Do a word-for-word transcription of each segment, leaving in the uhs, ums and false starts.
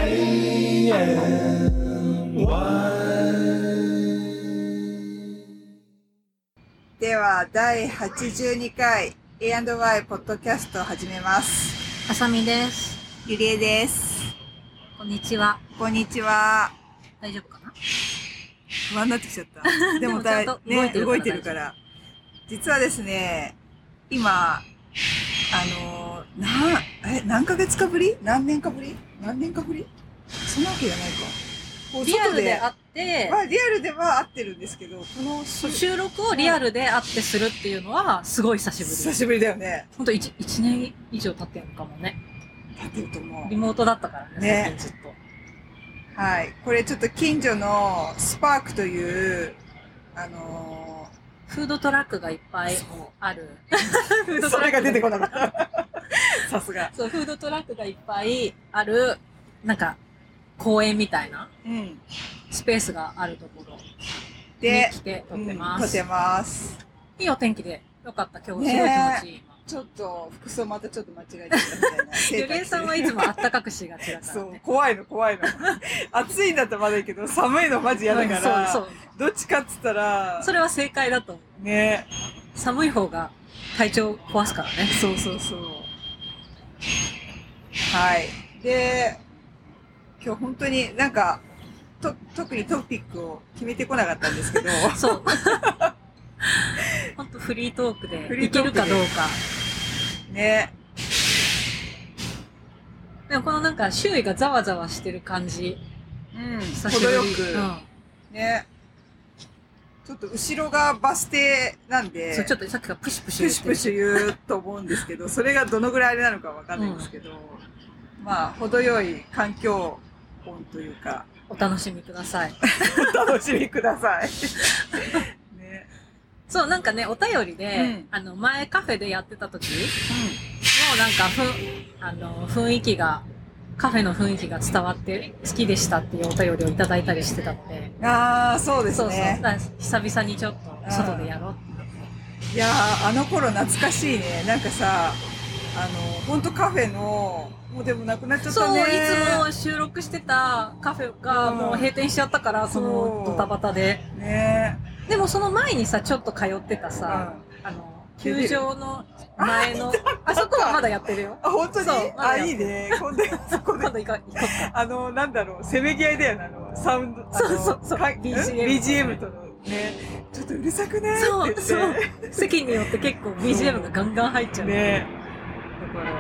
エーエムワイではだいはちじゅうにかい エーアンドワイ ポッドキャストを始めます。 あさみです。 ゆりえです。 こんにちは。 こんにちは。 大丈夫かな？ 不安になってきちゃった。でもだいでもちゃんと動いてるから、 ね、動いてるから。実はですね、今、あのー、な、え、何ヶ月かぶり？何年かぶり？何年かぶり？そんなわけじゃないか。 リアルで会って、 まあ、リアルでは会ってるんですけど、この収録をリアルで会ってするっていうのはすごい久しぶり。 久しぶりだよね。 ほんと 1, 1年以上経ってるのかもね。 経ってると思う。 リモートだったからね、 ね、 最近ずっと。 はい。これちょっと近所のスパークという、あのー、フードトラックがいっぱいある。 フードトラックそれが出てこなかった。さすが。 そう、フードトラックがいっぱいある、なんか、公園みたいな、うん、スペースがあるところでに来て撮ってます。 うん、撮ってます。 いいお天気でよかった。今日すごい気持ちいい。 ね、ちょっと服装またちょっと間違えてたみたいな。 ゆりえさんはいつもあったかくしがちだから、ね。 そう、怖いの怖いの。暑いんだったらまだいいけど、寒いのマジ嫌だから。そうそう。どっちかっつったら。 それは正解だと思う。 ね。 寒い方が体調壊すからね。 そうそうそう。はい。で、今日本当になんか、と、特にトピックを決めてこなかったんですけど。 そう。本当フリートークでいけるかどうか。 ね。 でもこのなんか周囲がざわざわしてる感じ。 うん。程よく。うん、ね。ちょっと後ろがバス停なんで。 そう、ちょっとさっきからプシュプシュ言う。プシュプシュ言うと思うんですけど、それがどのぐらいあれなのかわかんないんですけど、うん、まあ、程よい環境音というか。 お楽しみください。 お楽しみください。 ね、そう、なんかね、お便りで、うん、あの、前カフェでやってた時、うん、もうなんか、ふん、あの、雰囲気が、カフェの雰囲気が伝わって好きでしたっていうお便りをいただいたりしてたので。 ああ、そうですね。 そうそう。久々にちょっと外でやろうって。 いやー、あの頃懐かしいね。なんかさ、あの、ほんとカフェの、もうでもなくなっちゃったね。 そう、いつも収録してたカフェがもう閉店しちゃったから、うん、そのドタバタで。ね。でもその前にさ、ちょっと通ってたさ、うん、あの、球場の前の、あそこはまだやってるよ。 あ、本当に、ま、あ、いいね。今度、そこで。 今度行こうか。 あの、なんだろう、せめぎ合いだよね、あの、サウンド。 そうそうそう。 ビージーエム。ビージーエム とのね、ちょっとうるさくねそう、そう。席によって結構 ビージーエム がガンガン入っちゃう。 ね。だから、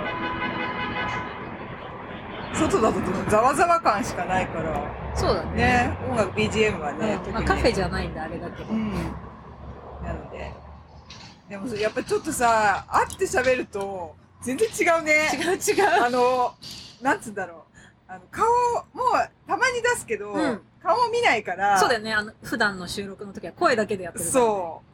外だとざわざわ感しかないから。 そうだね。 ね、音楽 ビージーエム はね、 うん、まあ、カフェじゃないんだ、あれだけど。うん。 なので。でもやっぱちょっとさ、会って喋ると、全然違うね。 違う違う。 あの、なんつうんだろう。あの、顔、もう、たまに出すけど、うん、顔を見ないから。 そうだよね。あの、普段の収録の時は声だけでやってるから、 ね。そう。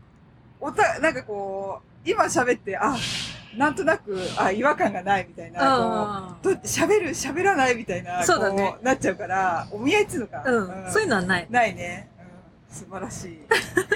おた、なんかこう、今喋って、あ、なんとなく、あ、違和感がないみたいな、こう、喋る、喋らないみたいな、 そうだね。 なっちゃうから、お見合いっつうのか。 うん。うん、そういうのはない。 ないね。うん。素晴らしい。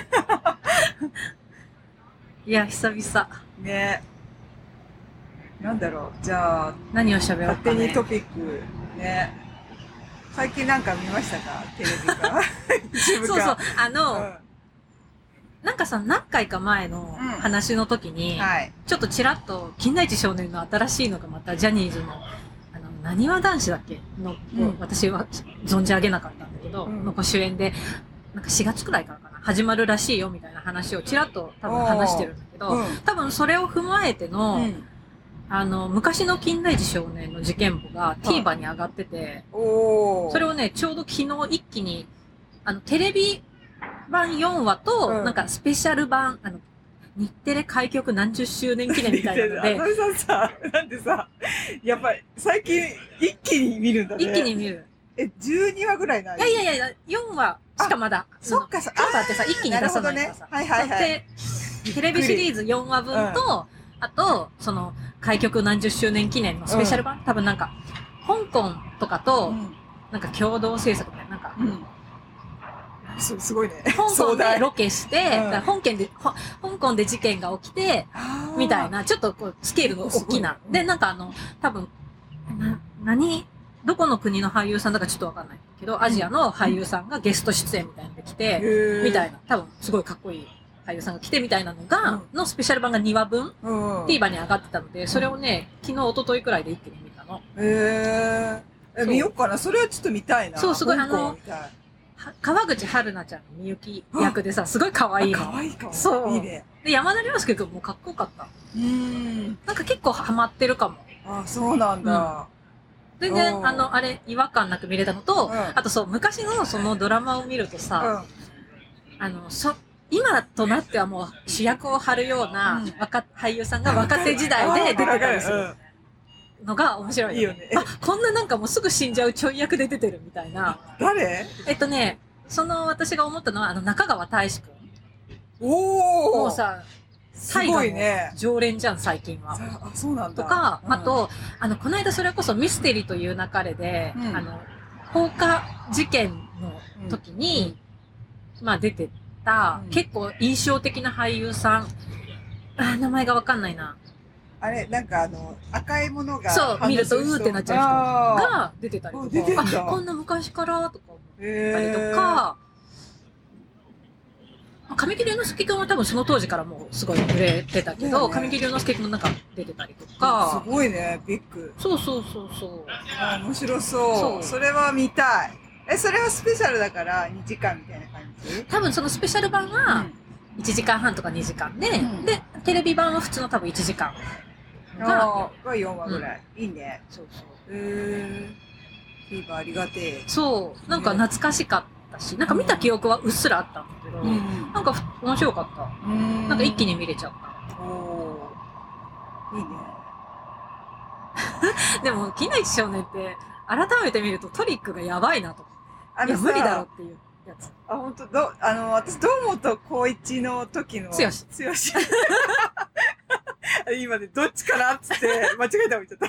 いや、久々。 ね。なんだろう。じゃあ、 何を喋ろうか、ね。 勝手にトピック、ね。最近なんか見ましたか？テレビかそうそう。あの、うん、なんかさ、何回か前の話の時に、うんはい、ちょっとちらっと、金田一少年の新しいのがまたジャニーズの、あの、なにわ男子だっけの、うん、私は存じ上げなかったんだけど、うん、の主演で、なんかしがつくらいからかな、始まるらしいよみたいな話をちらっと多分話してるんだけど、うん、多分それを踏まえての、うんあの、昔の金田一少年の事件簿が TVer に上がってて、それをね、ちょうど昨日一気に、あの、テレビ版よんわと、うん、なんかスペシャル版、あの、日テレ開局何十周年記念みたいなので。 あのりさんさ、なんでさ、やっぱり最近一気に見るんだね。 一気に見る。 え、じゅうにわぐらいない？ いやいやいや、よんわしかまだ。 そっかそっか。TVerってさ、一気に出さないからさ。 ね、はいはいはい。 テレビシリーズよんわぶんと、うん、あと、その、開局何十周年記念のスペシャル版、うん、多分なんか、香港とかと、うん、なんか共同制作みたいな、なんか、うん、 す, すごいね。 香港でロケして、うん、香港で、香港で事件が起きて、みたいな、ちょっとこう、スケールの大きな。で、なんかあの、多分、な、何どこの国の俳優さんだかちょっとわかんないけど、アジアの俳優さんがゲスト出演みたいなので来て、 うん、 みたいな、多分すごいかっこいい俳優さんが来てみたいなのが、うん、のスペシャル版がにわぶん、うん、TVer に上がってたので、それをね、昨日、一昨日くらいで一気に見たの。 へー。え、見ようかな。それはちょっと見たいな。 そう、すごい、あの、川口春奈ちゃんのみゆき役でさ、すごい可愛いの。 可愛いかも。 そう。 いいね。 で、山田涼介くんもかっこよかった。 うん。 なんか結構ハマってるかも。 あ、そうなんだ。 うん、全然、あの、あれ、違和感なく見れたのと、うん、あとそう、昔のそのドラマを見るとさ、うん、あの、そ、今となってはもう主役を張るような若、うん、俳優さんが若手時代で出てたりするのが面白いよね。いいよね。あ、こんななんかもうすぐ死んじゃうちょい役で出てるみたいな。 誰？ えっとね、その私が思ったのは、あの、中川大志くん。 おー！ もうさ、 すごいね。 常連じゃん、最近は。 あ、そうなんだ。 とか、 うん、 あと、あの、この間それこそミステリという流れで、うん、あの、放火事件の時に、うん、まあ出てた、うん、結構印象的な俳優さん、あ、名前がわかんないな。 あれ、なんかあの、赤いものが。 そう、見るとうーってなっちゃう人が出てたりとか。出てんだ。あ、こんな昔からとか思ったりとか、神木隆之介くんは多分その当時からもうすごい売れてたけど、ね、神木隆之介くんもなんか出てたりとか。 すごいね、ビッグ。 そうそうそうそう。 あ、面白そう。そう。それは見たい。え、それはスペシャルだからにじかんみたいな感じ？ 多分そのスペシャル版はいちじかんはんとかにじかんで、うん、で、テレビ版は普通の多分いちじかんが、がよんわぐらい。うん、いいね。 そうそう。 へー。TVerありがてえ。 そう。なんか懐かしかったし、なんか見た記憶はうっすらあったんだけど、うん、なんか面白かった。うん、なんか一気に見れちゃった。 おー。いいね。 でも、木内少年って改めて見るとトリックがやばいなと。いや、無理だろっていうやつ。 あ、ほんと、ど、あの、私、堂本光一の時の。 強し。 強し。今ね、どっちかなっつって、間違えたもん言っちゃった。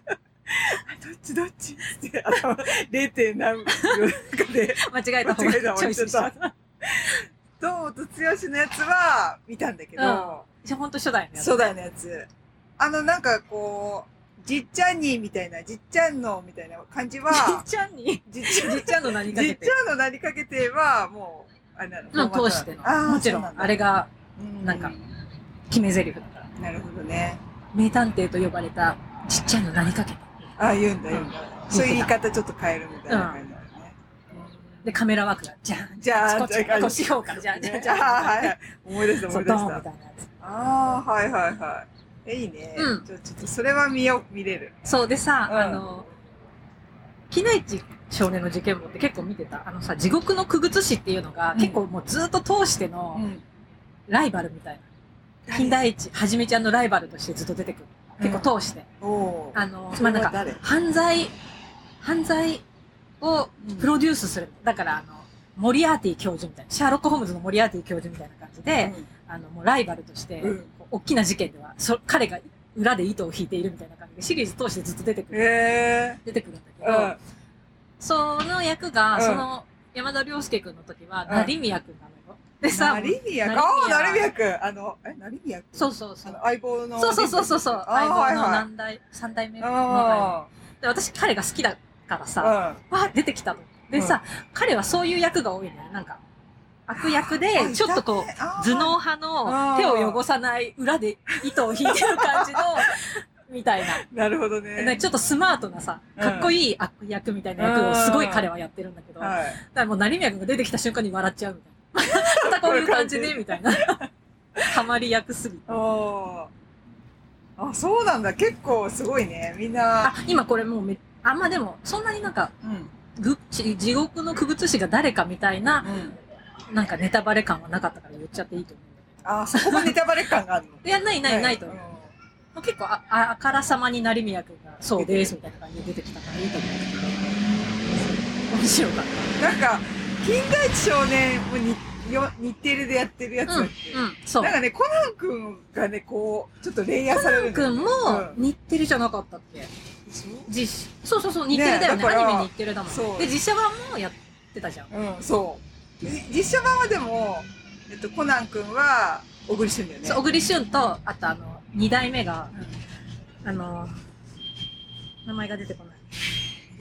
どっちどっちって、あの、れいてん何秒かで。 間違えた方が間違えたもん言っちゃった。堂本剛のやつは見たんだけど。 うん、ほんと初代のやつ。 初代のやつ。あの、なんかこう、じっちゃんにみたいな、じっちゃんのみたいな感じは、 じっちゃんにじっちゃん、 じっちゃんの何かけて。 じっちゃんの何かけては、もう、あれなの。 の通しての。もちろん、あれが、なんか、決め台詞だから。 なるほどね。 名探偵と呼ばれた、じっちゃんの何かけて。 ああ、言うんだ、言うんだ。そういう言い方ちょっと変えるみたいな感じだよね。 で、カメラワークが、じゃん。 じゃあ、 こっち、こっち方から、じゃん、じゃん、じゃん。 はいはい。思い出した、思い出した。 みたいなやつ。 ああ、はいはいはい。え、いいね。うん。ちょっと、それは見よう、見れる。 そうでさ、あの、木内少年の事件簿って結構見てた。あのさ、地獄のくぐつしっていうのが、結構もうずっと通しての、ライバルみたいな。金田一、はじめちゃんのライバルとしてずっと出てくる。結構通して。あの、まあ、なんか、犯罪、犯罪をプロデュースする。だから、あの、モリアーティ教授みたいな、シャーロック・ホームズのモリアーティ教授みたいな感じで、あの、もうライバルとして、大きな事件では、そ、彼が裏で糸を引いているみたいな感じで、シリーズ通してずっと出てくる。 へー。 出てくるんだけど、うん、その役が、うん、その、山田涼介くんの時は、成宮くんなのよ。でさ、 成宮くん。ああ、成宮くん。あの、え、成宮くんそうそうそう。 相棒の。 そうそうそうそうそう。相棒の何代、三代目の。で、私、彼が好きだからさ、わー出てきたの。でさ、彼はそういう役が多いのよ。なんか、悪役で、ちょっとこう、頭脳派の手を汚さない裏で糸を引いてる感じの、みたいな。 なるほどね。 ちょっとスマートなさ、かっこいい悪役みたいな役をすごい彼はやってるんだけど、だからもう成宮君が出てきた瞬間に笑っちゃうみたいな。またこういう感じで、みたいな。ハマり役すぎて。 あ、そうなんだ。結構すごいね。みんな。 あ、今これもうめ、あんまでも、そんなになんか、ぐ地獄のくぐつしが誰かみたいな、なんかネタバレ感はなかったから言っちゃっていいと思うんだけど。 あ、そこもネタバレ感があるの？ いや、ないないないと思う。もう結構あ、あからさまに成宮くんが、そうですみたいな感じで出てきたからいいと思うんだけど。面白かった。 なんか、金田一少年もによ日テレでやってるやつだっけ、 うん、うん、そう。 なんかね、コナンくんがね、こう、ちょっとレイヤーされるんだよね。コナンくんも日テレじゃなかったっけ？実そうそうそう、日テレだよね。アニメ日テレだもん。そう。で、実写版もやってたじゃん。 うん、そう。実写版はでも、えっと、コナンくんは、小栗旬だよね。 そう、小栗旬と、あとあの、二代目が、うん、あの、名前が出てこない。 二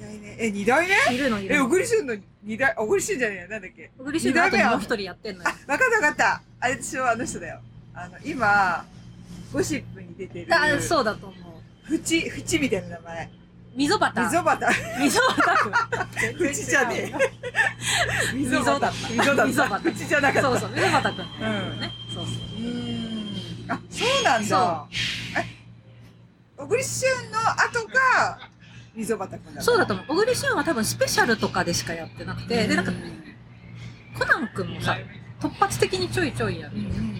代目え、二代目いるのいるえ、 の。 小栗旬の二代、小栗旬じゃねえよ。なんだっけ小栗旬の後にもう一人やってんのよ。 あ、わかったわかった。あれでしょ、あの人だよ。あの、今、ゴシップに出てる。 あ、そうだと思う。 ふち、ふちみたいな名前。 溝端。 溝端。 溝端くん。 ふちじゃねえ。 溝端。 溝端。 溝端。 ふちじゃなかった。 そうそう、溝端くん。 うん。 ね。そうそう。 うーん。あ、そうなんだ。え、小栗旬の後が、溝端くんだ。 そうだと思う。小栗旬は多分スペシャルとかでしかやってなくて、で、なんか、コナンくんもさ、突発的にちょいちょいやる。うん。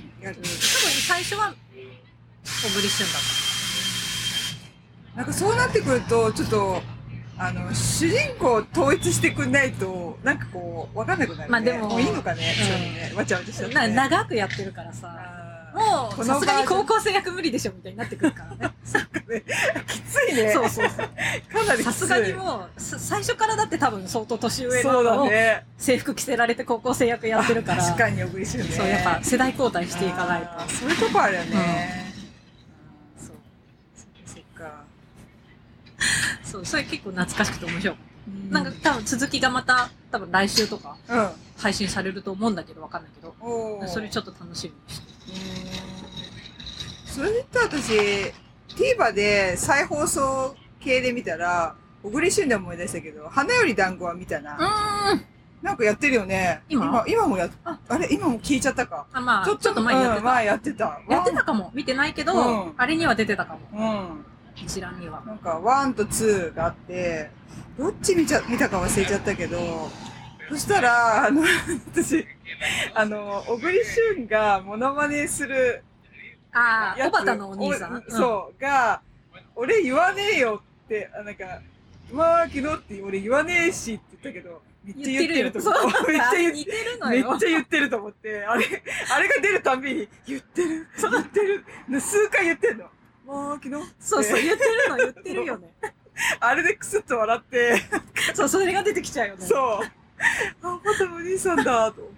やる。多分最初は、小栗旬だった。 なんかそうなってくると、ちょっと、あの、主人公を統一してくんないと、なんかこう、わかんなくなるね。まあでも、もういいのかね、うん、そうね。わちゃわちゃしちゃって、ね。 長くやってるからさ、もう、さすがに高校生役無理でしょ、みたいになってくるからね。 そっかね。きついね。 そうそうそう。 かなりきつい。 さすがにもう、最初からだって多分相当年上ののを、制服着せられて高校生役やってるから。 確かに小栗旬ね。 そう、やっぱ世代交代していかないと。 そういうとこあるよね。 うん、そう。 そっか。 そう、それ結構懐かしくて面白い。うん、なんか多分続きがまた多分来週とか配信されると思うんだけどわかんないけど、うん、それちょっと楽しみにして。 それで言ったら私 TVer で再放送系で見たら小栗旬で思い出したけど花より団子は見たな。うんなんかやってるよね。今今、今もやっああれ今も聞いちゃったか。 あまあちょっと前にやってた。 うん、前やってた。 やってたかも見てないけど、うん、あれには出てたかも。うん。一覧には。 なんか、ワンとツーがあって、どっち見ちゃ、見たか忘れちゃったけど、そしたら、あの、私、あの、小栗旬がモノマネする、 ああ、小畑のお兄さん。 そう、が、俺言わねえよって、あなんか、まあ、昨日って俺言わねえしって言ったけど、めっちゃ言ってると思って。めっちゃ言ってるのよ。めっちゃ言ってると思って、あれ、あれが出るたんびに、言ってる、言ってる、数回言ってんの。もう昨日そうそう、言ってるの言ってるよね。 あれでクスッと笑って。 そう、それが出てきちゃうよね。 そう。あ、またお兄さんだと思って。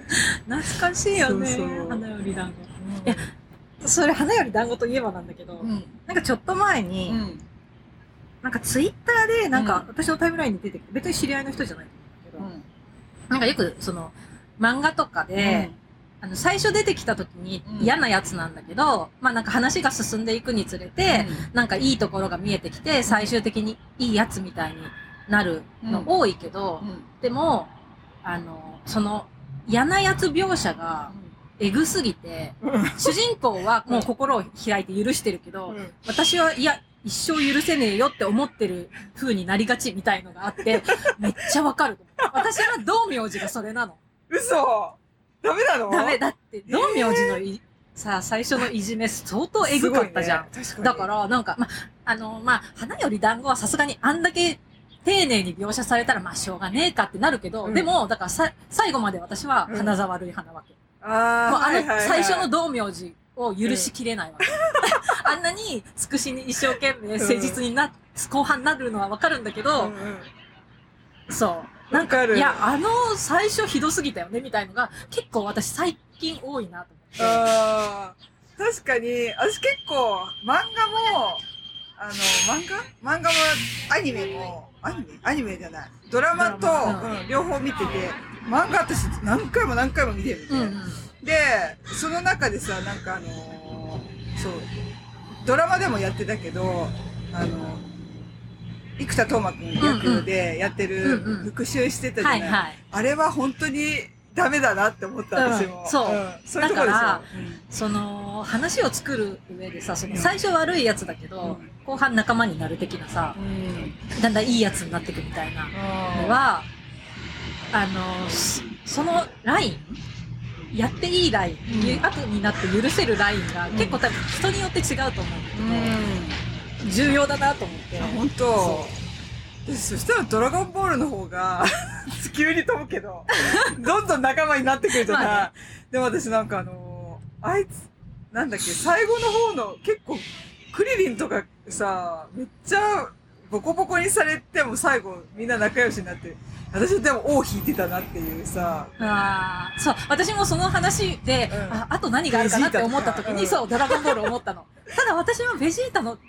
懐かしいよね。そうそう花より団子。うん、いや、それ花より団子といえばなんだけど、うん、なんかちょっと前に、うん、なんかツイッターで、なんか私のタイムラインに出てきて、別に知り合いの人じゃないんだけど、うん、なんかよくその、漫画とかで、うんあの、最初出てきた時に嫌なやつなんだけど、うん、まあなんか話が進んでいくにつれて、うん、なんかいいところが見えてきて、最終的にいいやつみたいになるの多いけど、うん、でも、あの、その嫌なやつ描写がエグすぎて、うん、主人公はもう心を開いて許してるけど、うん、私はいや、一生許せねえよって思ってる風になりがちみたいのがあって、めっちゃわかる。私は道明寺がそれなの。 嘘ダメなのダメ。だって、道明寺のい、さあ、最初のいじめ相当エグかったじゃん。ね、確かにだから、なんか、ま、あの、まあ、花より団子はさすがにあんだけ丁寧に描写されたら、まあ、しょうがねえかってなるけど、うん、でも、だからさ、最後まで私は花沢類派なわけ。うん、ああ。もうあの、はいはいはい、最初の道明寺を許しきれないわけ。うん、あんなに、つくしに一生懸命誠実にな、うん、後半になるのはわかるんだけど、うんうん、そう。なんか、いや、あの、最初ひどすぎたよね、みたいのが、結構私最近多いなと思って。 ああ、確かに、私結構、漫画も、あの、漫画漫画も、アニメも、アニメアニメじゃない。ドラマと、うん、両方見てて、漫画私何回も何回も見てるんで、うんうん、で、その中でさ、なんかあのー、そう、ドラマでもやってたけど、あの、生田斗真君役でやってる復習してたじゃない、うんうんはいはい、あれは本当にダメだなって思った、私も。 うん、そう。うん、そういうところでしょ。だから、うん、その、話を作る上でさ、その最初悪いやつだけど、うん、後半仲間になる的なさ、うん、だんだんいいやつになっていくみたいなのは、うん、あの、そのラインやっていいライン、うん、後になって許せるラインが結構多分人によって違うと思うんだけど、うん、重要だなと思って。 本当そ, そしたらドラゴンボールの方が急に飛ぶけどどんどん仲間になってくるじゃない、まあね、でも私なんかあのー、あいつなんだっけ最後の方の結構クリリンとかさめっちゃボコボコにされても最後みんな仲良しになって私でも尾を引いてたなっていうさあそう私もその話で、うん、あ, あと何があるかなって思った時に、うん、そうドラゴンボール思ったのただ私はベジータの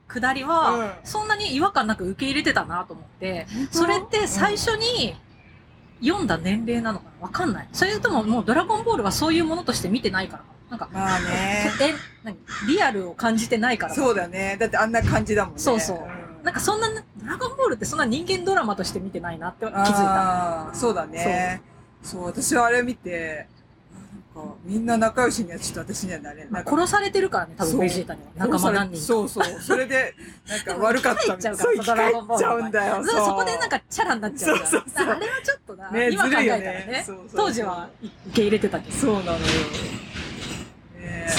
くだりは、そんなに違和感なく受け入れてたなと思って、うん、それって最初に読んだ年齢なのかなわかんない。それとももうドラゴンボールはそういうものとして見てないから。なんか、 まあね。 え、何リアルを感じてないから。 そうだね。だってあんな感じだもんね。 そうそう。うん、なんかそんな、ドラゴンボールってそんな人間ドラマとして見てないなって気づいた。 そうだね。そう、そう私はあれ見て、なんかみんな仲良しにはちょっと私にはなれない。 殺されてるからね、多分ベジータには。仲間何人か。 そうそう。それで、なんか悪かったみたいな。そう、ドラゴンボール。ちゃうんだよ。 そこでなんかチャラになっちゃうから。そうそうそう。あれはちょっとな、ね、今考えたらね、当時は受け入れてたけど。 そうなのよ。 そう。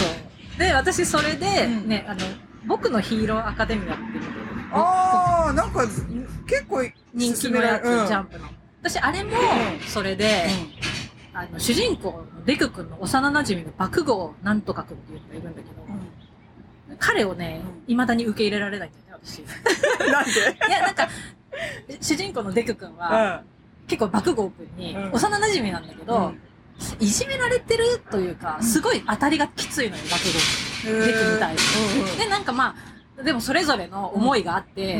で、私それで、ね、あの、僕のヒーローアカデミアっていうので。 ああ、なんか、結構人気のやつ、ジャンプの。私、あれも、それで、あの、主人公のデク君の幼馴染の爆豪なんとか君っていうのがいるんだけど、彼をね、未だに受け入れられないんだよね、私。 なんでいや、なんか、主人公のデク君は、結構爆豪君に、幼馴染なんだけど、いじめられてるというか、すごい当たりがきついのよ、爆豪君。デクみたいに。で、なんかまあ、でもそれぞれの思いがあって、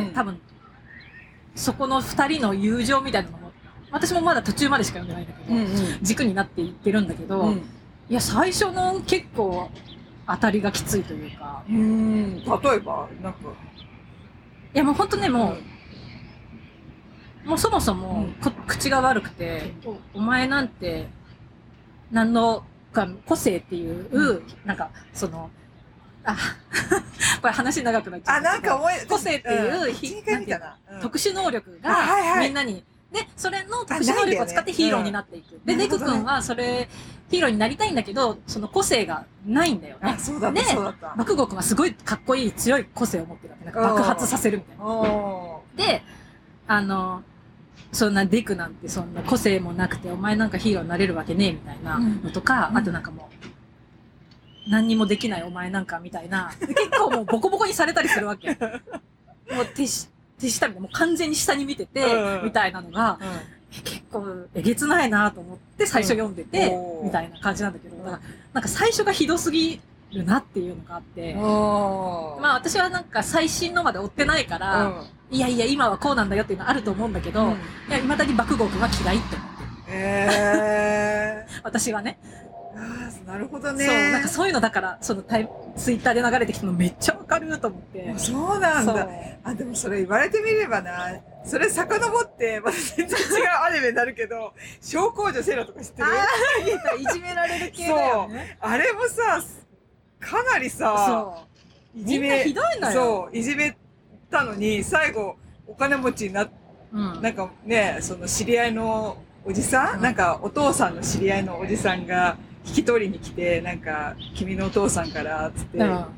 多分、そこの二人の友情みたいなのも、私もまだ途中までしか読んでないんだけど、うんうん、軸になっていってるんだけど、うん、いや、最初の結構当たりがきついというか。 うーん、例えばなんか。 いや、もうほんとね、もう、うん、もうそもそも、うん、口が悪くて、お、お前なんて、何のか、個性っていう、うん、なんか、その、あ、これ話長くなっちゃう。 あ、なんか思い、 個性っていう、ひなんていうの、特殊能力が、みんなに、で、それの特殊能力を使ってヒーローになっていく。ねうん、で、デク君はそれ、ヒーローになりたいんだけど、その個性がないんだよね。 あ、そうだね。 で、爆豪君はすごいかっこいい強い個性を持ってるわけ。なんか爆発させるみたいな。で、あの、そんなデクなんてそんな個性もなくて、お前なんかヒーローになれるわけねえみたいなのとか、うん、あとなんかもう、何にもできないお前なんかみたいな、結構もうボコボコにされたりするわけ。もう手し、手下みたいな、もう完全に下に見てて、うん、みたいなのが、うん、結構えげつないなと思って最初読んでて、うん、みたいな感じなんだけど、だからなんか最初がひどすぎるなっていうのがあって、まあ私はなんか最新のまで追ってないから、うん、いやいや今はこうなんだよっていうのあると思うんだけど、うん、いや未だに爆豪君は嫌いって思ってる。 えー、 私はね。 ああ、なるほどね。 そう、なんかそういうのだから、そのタイツイッターで流れてきたのめっちゃわかると思って。 そうなんだ。あ、でもそれ言われてみればな、それ遡って、また全然違うアニメになるけど、小公女セーラとか知ってる？ああ、いじめられる系だよね。 そう。あれもさ、かなりさ、 そう。いじめ、みんなひどいのよ。 そう、いじめたのに、最後、お金持ちになっ、うん、なんかね、その知り合いのおじさん、うん、なんかお父さんの知り合いのおじさんが、引き取りに来て、なんか、君のお父さんから、つって言って、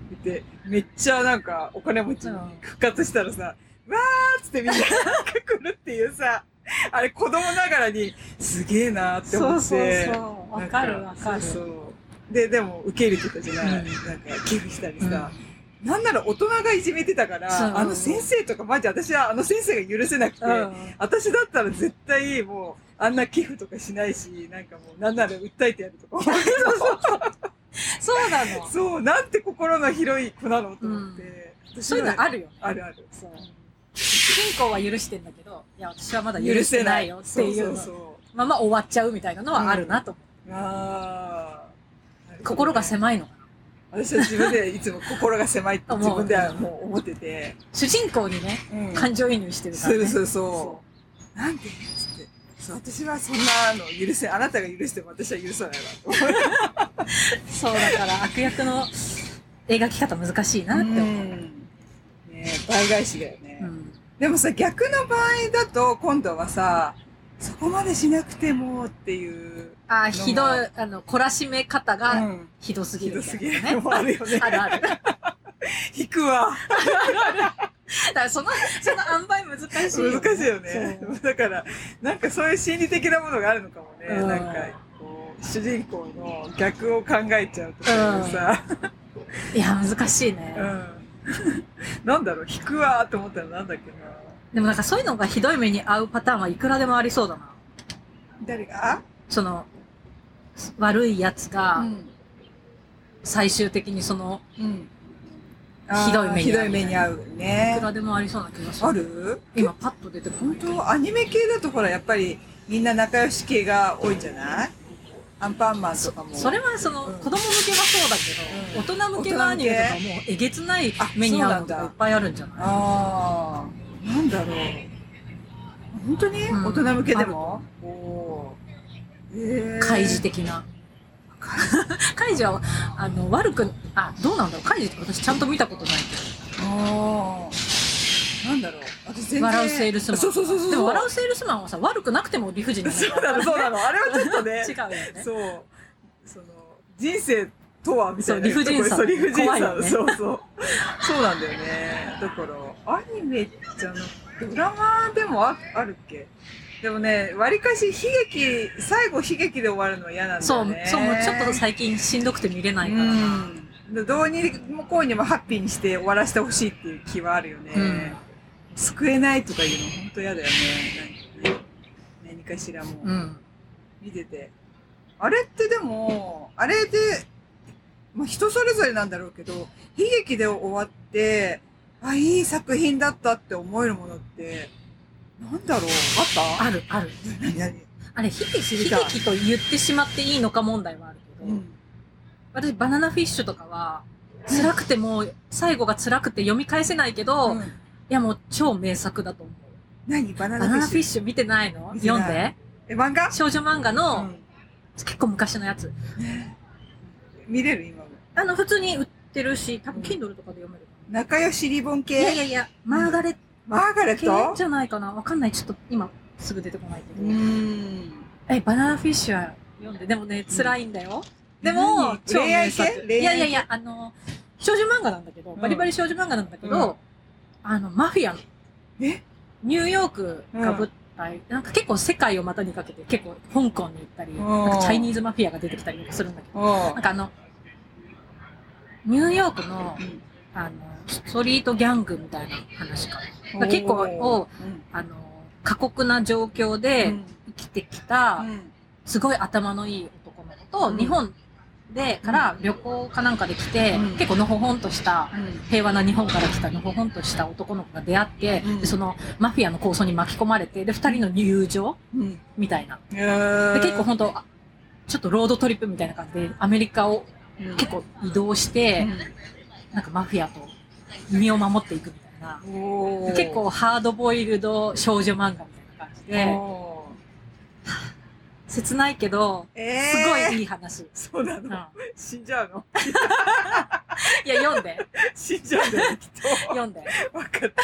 うん、めっちゃなんか、お金持ちに復活したらさ、わーっつってみんなが来るっていうさ、あれ子供ながらに、すげえなーって思って。 そうそうそう。わかるわかる。 そうそう。で、でも、受け入れてたじゃない、うん、なんか、寄付したりさ。うん、なんなら大人がいじめてたから、あの先生とかマジ私はあの先生が許せなくて、うん、私だったら絶対もう、あんな寄付とかしないし、なんかもう、なんなら訴えてやるとか。 そうなの。 そう、なんて心の広い子なのと思って。 うん、そういうのあるよ。 あるある。 そう。主人公は許してんだけど、いや、私はまだ許してないよっていうの。まま終わっちゃうみたいなのはあるなと思う。うん、ああ。心が狭いのかな。 私は自分でいつも心が狭いって自分ではもう思ってて。 主人公にね、うん、感情移入してるからね。 そうそうそう。なんて私はそんなの許せ、あなたが許しても私は許さないわと思う。 そうだから悪役の描き方難しいなって思う。ねえ、倍返しだよね、うん。でもさ、逆の場合だと今度はさ、そこまでしなくてもっていう。 ああ、ひどい、あの、懲らしめ方がひどすぎる、ね、 ひどすぎるのもあるよね。 あるある。 引くわ。 だからその、その塩梅難しいよね。 難しいよね。だから、なんかそういう心理的なものがあるのかもね。うん、なんか、こう、主人公の逆を考えちゃうとかさ、 うん。いや、難しいね。 うん。なんだろう、引くわーと思ったらなんだっけな。 でもなんかそういうのがひどい目に遭うパターンはいくらでもありそうだな。 誰が？ その、悪いやつが、最終的にその、うんひどい目に遭う。 ひどい目に遭うね。 いくらでもありそうな気がする。 ある？ 今パッと出てこない。 本当？アニメ系だとほら、やっぱりみんな仲良し系が多いんじゃない？アンパンマンとかも。 そ, それはその、うん、子供向けはそうだけど、うん、大人向けのアニメとかもえげつない目に遭うのがいっぱいあるんじゃない？ ああ、なんだろう。本当に、うん、大人向けでも？おー、えー、 開示的な。カイジは、あの、悪く、あ、どうなんだろう。カイジって私ちゃんと見たことないけど。 ああ。なんだろう。私全然。 笑うセールスマン。 そうそうそうそう。 でも笑うセールスマンはさ、悪くなくても理不尽なの。 そうなの、そうなの。あれはちょっとね。 違うよね。 そう。その、人生とはみたいな。 そう、理不尽さ。 そう、理不尽さ。 ね、 そうそう。そうなんだよね。だから、アニメじゃなくて、ドラマでも あ, あるっけ？でもね、わりかし悲劇、最後悲劇で終わるのは嫌なんだよね。 そう、そう、もうちょっと最近しんどくて見れないからな。 うん、どうにもこうにもハッピーにして終わらせてほしいっていう気はあるよね。うん、救えないとかいうの本当嫌だよね。何, 何かしらも、うん、見てて。あれってでも、あれで、まあ、人それぞれなんだろうけど、悲劇で終わって、あ、いい作品だったって思えるものって、なんだろう、あった？ ある、ある。 何何？ あれ、悲劇、悲劇と言ってしまっていいのか問題はあるけど、うん、私、バナナフィッシュとかは、辛くても、最後が辛くて読み返せないけど、うん、いやもう超名作だと思う。 何？バナナフィッシュ？バナナフィッシュ見てないの？読んで。 え、漫画？ 少女漫画の、うん、結構昔のやつ。 見れる？今も。 あの、普通に売ってるし、多分 Kindle とかで読める。 仲良しリボン系？ いやいやいや、マーガレット。 マーガレット？ じゃないかな？わかんない。ちょっと今すぐ出てこないけど。うーん。え、バナナフィッシュは読んで、でもね、辛いんだよ。うん、でも、超名作。いやいやいや、あの、少女漫画なんだけど、バリバリ少女漫画なんだけど、うん、あの、マフィアの。 え？ ニューヨークが舞台、うん、なんか結構世界を股にかけて、結構香港に行ったり、なんかチャイニーズマフィアが出てきたりとかするんだけど、なんかあの、ニューヨークの、うん、あの、ストリートギャングみたいな話かな。結構を、うん、あの、過酷な状況で生きてきた、うん、すごい頭のいい男の子と、うん、日本でから旅行かなんかで来て、うん、結構のほほんとした、うん、平和な日本から来たのほほんとした男の子が出会って、うん、でそのマフィアの抗争に巻き込まれて、で、二人の友情、うん、みたいな。で、結構ほんと、ちょっとロードトリップみたいな感じで、アメリカを結構移動して、うん、なんかマフィアと身を守っていくみたいな。結構ハードボイルド少女漫画みたいな感じで、切ないけど、えー、すごいいい話。 そうなの、うん、死んじゃうのいや、読んで。 死んじゃうんだよ、きっと。 読んで。 わかった。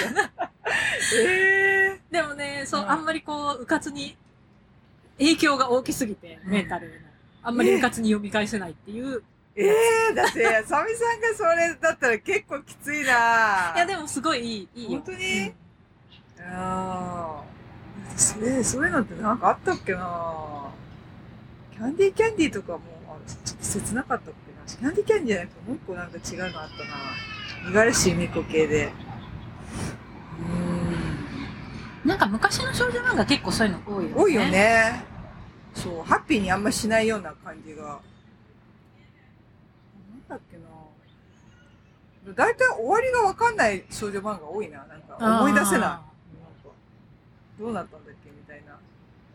えー、でもね、そう、うん、あんまりこう、うかつに、影響が大きすぎて、メンタルの。あんまりうかつに読み返せないっていう。 ええー、だって、サミさんがそれだったら結構きついな。 いや、でもすごいいい、いいよ。 本当に、うん、ああ。それ、そういうのってなんかあったっけな。キャンディーキャンディーとかも、ちょっと切なかったっけな。キャンディーキャンディーじゃなくてもう一個なんか違うのあったな。五十嵐由美子系で。 うん。なんか昔の少女漫画結構そういうの多いよね。 多いよね。そう、ハッピーにあんましないような感じが。なんだっけな。だいたい終わりがわかんない少女漫画多いな。なんか思い出せない。なんかどうなったんだっけみたいな。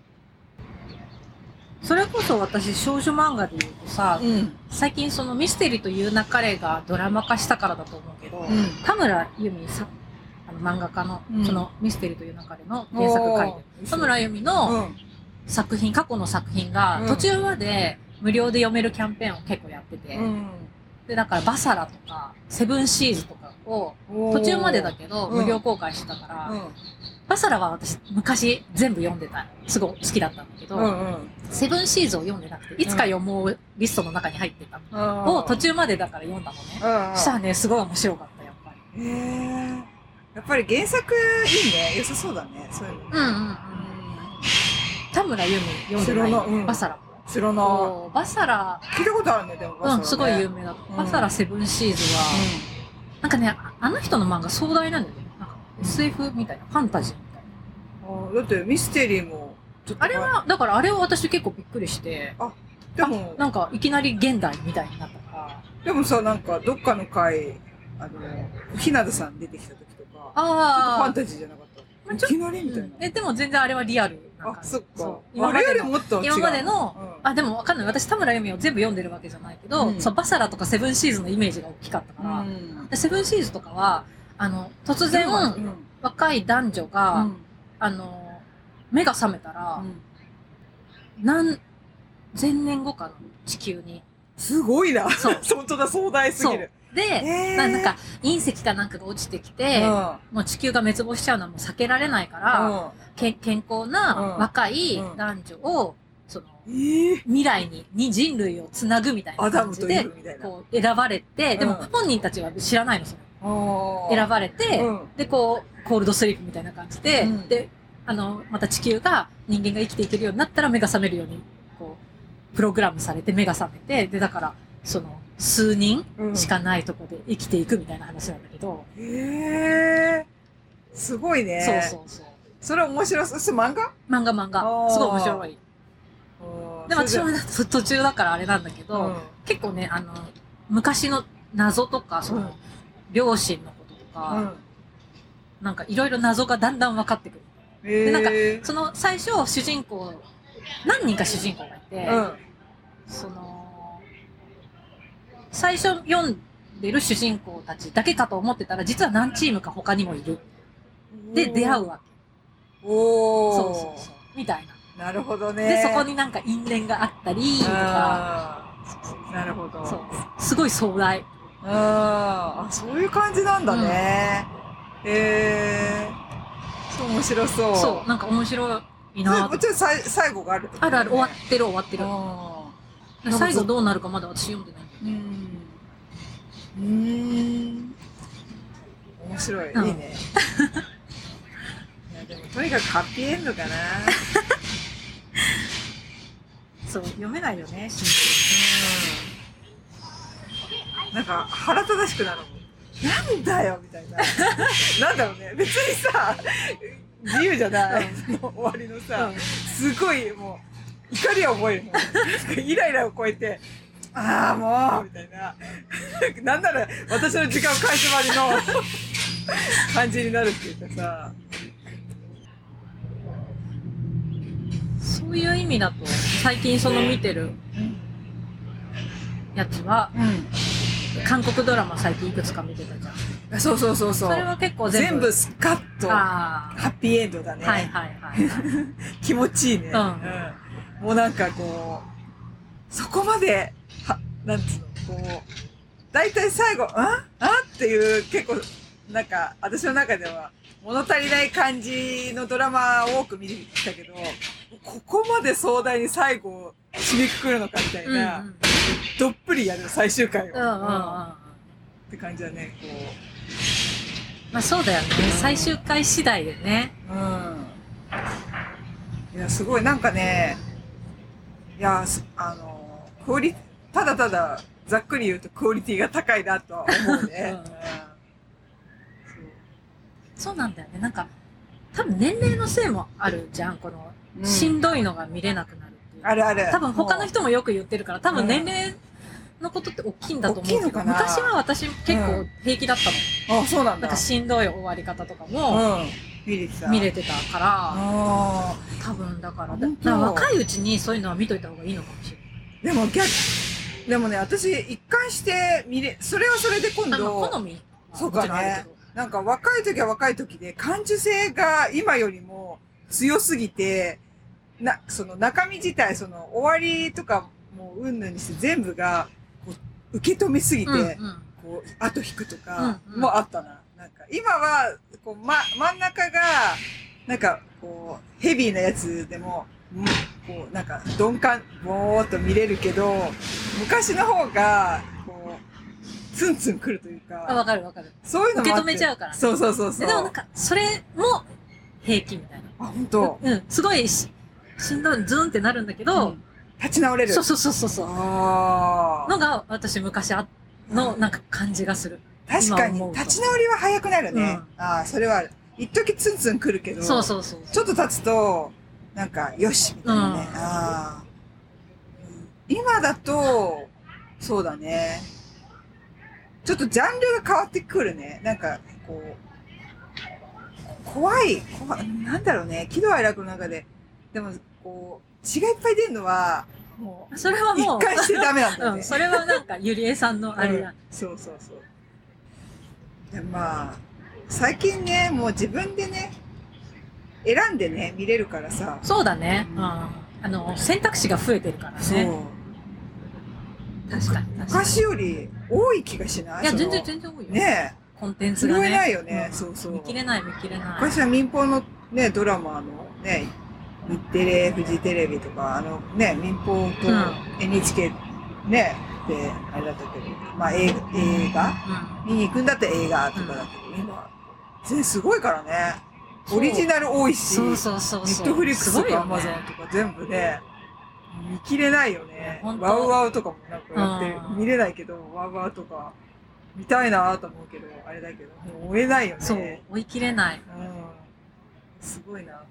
それこそ私少女漫画で言うとさ、うん、最近そのミステリーという流れがドラマ化したからだと思うけど、うん、田村由美さん、あの漫画家の、うん、そのミステリーという流れの原作書いてる田村由美の作品、過去の作品が途中まで無料で読めるキャンペーンを結構やってて、うん、でだからバサラとかセブンシーズとかを途中までだけど無料公開してたから、うん、バサラは私昔全部読んでた。すごい好きだったんだけど、うんうん、セブンシーズを読んでなくて、いつか読もうリストの中に入ってたの、うん、を途中までだから読んだのね。うん、したらね、すごい面白かった、やっぱり。 へー。やっぱり原作いいね。良さそうだね。そういうの。うんうんうん。 田村由美読んでない、うん、バサラ。 白の。 バサラ。 聞いたことあるね、でもバサラ、ね。 うん、すごい有名だった。バサラセブンシーズは、うん、なんかね、あの人の漫画壮大なんだよね。なんか エスエフ みたいな、ファンタジーみたいな。あ、だってミステリーもちょっと。あれは、だからあれは私結構びっくりして、あ、 でも、 なんかいきなり現代みたいになったから。 でもさ、なんかどっかの回、 あの、ひなたさん出てきた時とか、 あちょっとファンタジーじゃなかった。いきなりみたいな。 え、でも全然あれはリアル。 あ、そっか。 今までの、 もっと今までの、うん、あ、でもわかんない。私、田村由美を全部読んでるわけじゃないけど、うん、そう、バサラとかセブンシーズのイメージが大きかったから、うん、でセブンシーズとかは、あの、突然、うん、若い男女が、うん、あの、目が覚めたら、うん、何千年後かの地球に。 すごいな。 そう。 本当だ、壮大すぎる。 で、なんか隕石かなんかが落ちてきて、うん、もう地球が滅亡しちゃうのはもう避けられないから、うん、け健康な若い男女を、その、えー、未来に、に人類をつなぐみたいな感じで、こう選ばれて、でも本人たちは知らないの、それ。選ばれて、うん、で、こう、コールドスリープみたいな感じで、うん、で、あの、また地球が人間が生きていけるようになったら目が覚めるように、こう、プログラムされて目が覚めて、で、だから、その、数人しかないとこで生きていくみたいな話なんだけど。 へ、うん、えー。すごいね。 そうそうそう。 それ面白そう。それ漫画漫画漫画。すごい面白い。でも私は途中だからあれなんだけど、うん、結構ね、あの、昔の謎とか、その、うん、両親のこととか、うん、なんかいろいろ謎がだんだん分かってくる。で、なんか、その最初主人公、何人か主人公がいて、うん、その、最初読んでる主人公たちだけかと思ってたら、実は何チームか他にもいる。で、出会うわけ。おー。そうそうそう。みたいな。なるほどね。 で、そこになんか因縁があったり、とか。 なるほど。 そう。すごい壮大。 ああ、そういう感じなんだね。うん、へえ。そう、面白そう。 そう、なんか面白いなぁ。 もちろんさい最後がある、ね、 あるある、終わってる終わってる。最後どうなるかまだ私読んでない。うん。 うーん。面白い。うん、いいね。いや、でもとにかくハッピーエンドかな。 そう、読めないよね、シンプルに。うん。なんか腹立たしくなるもん。なんだよみたいな。なんだろうね。別にさ、自由じゃない。うん、終わりのさ、うん、すごいもう、怒りを覚えるもん。イライラを超えて、ああ、もうみたいな。なんなら私の時間返しまりの感じになるっていうかさ。 そういう意味だと、最近その見てるやつは、うん韓国ドラマ最近いくつか見てたじゃん。 そうそうそうそう。 それは結構全部。 全部スカッと、ハッピーエンドだね。 はいはいはい、はい。 気持ちいいね、うんうん。もうなんかこう、そこまで、は、なんつうの、こう、だいたい最後、ああっていう結構、なんか、私の中では物足りない感じのドラマを多く見てきたけど、ここまで壮大に最後、締めくくるのかみたいな。うんうんどっぷりやる最終回を、うんうんうん、って感じだねこうまあそうだよね、うん、最終回次第でねうんいやすごいなんかねいやあのクオリただただざっくり言うとクオリティが高いなとは思うね、うんうん、そう、 そうなんだよねなんか多分年齢のせいもあるじゃんこの、うん、しんどいのが見れなくなるっていうあるある多分他の人もよく言ってるから多分年齢のことって大きいんだと思うけど、昔は私結構平気だったの。 うん、あ、そうなんだ。 なんかしんどい終わり方とかも、うん、見れてた。見れてたから、多分だから、だから若いうちにそういうのは見といた方がいいのかもしれない。 でも逆、でもね、私一貫して見れ、それはそれで今度、 好みそうかね。なんか若い時は若い時で感受性が今よりも強すぎて、な、その中身自体、その終わりとかもうんぬんにして全部が、受け止めすぎて、うんうん、こう、後引くとか、もあったな。うんうん、なんか、今は、こう、ま、真ん中が、なんか、こう、ヘビーなやつでも、こう、なんか、鈍感、ぼーっと見れるけど、昔の方が、こう、ツンツン来るというか。 あ、わかるわかる。 そういうのも受け止めちゃうから、ね。 そうそうそうそう。 でもなんか、それも平気みたいな。 あ、本当。 うん。すごいし、しんどい、ズーンってなるんだけど、うん立ち直れる。 そうそうそうそうそう。のが私昔あのなんか感じがする。 確かに立ち直りは早くなるね。うん、ああそれは一時ツンツン来るけど、 そうそうそうちょっと経つとなんかよしみたいなね。うん、あ今だとそうだね。 ちょっとジャンルが変わってくるね。なんか、こう、怖い、怖い、なんだろうね。喜怒哀楽の中で。でも、こう、血がいっぱい出るのは、もう、 それはもう、 一回してダメなんだよね。 うん、それはなんか、ゆりえさんのあれだ、 うん。そうそうそう。でまあ、最近ね、もう自分でね、選んでね、見れるからさ。 そうだね。うん。あの、選択肢が増えてるからね。そう。確かに確かに。 昔より多い気がしない？ いや、全然全然多いよ。 ねえ。 コンテンツがね。 見れないよね、うん、そうそう。 見切れない見切れない。 昔は民放のね、ドラマのね、日テレ、フジテレビとか、あのね、民放と エヌエイチケー ね、うん、で、あれだったけど、まあ映画、映画、うん、見に行くんだったら映画とかだけど、うん、今、全然すごいからね。オリジナル多いし、 そうそうそうそう。 ネットフリックスとかアマゾンとか全部ね、見切れないよね。ワウワウとかもなんかやって見れないけど、ワウワウとか見たいなと思うけど、あれだけど、もう追えないよね。 そう、追い切れない。うん。 すごいなと思って。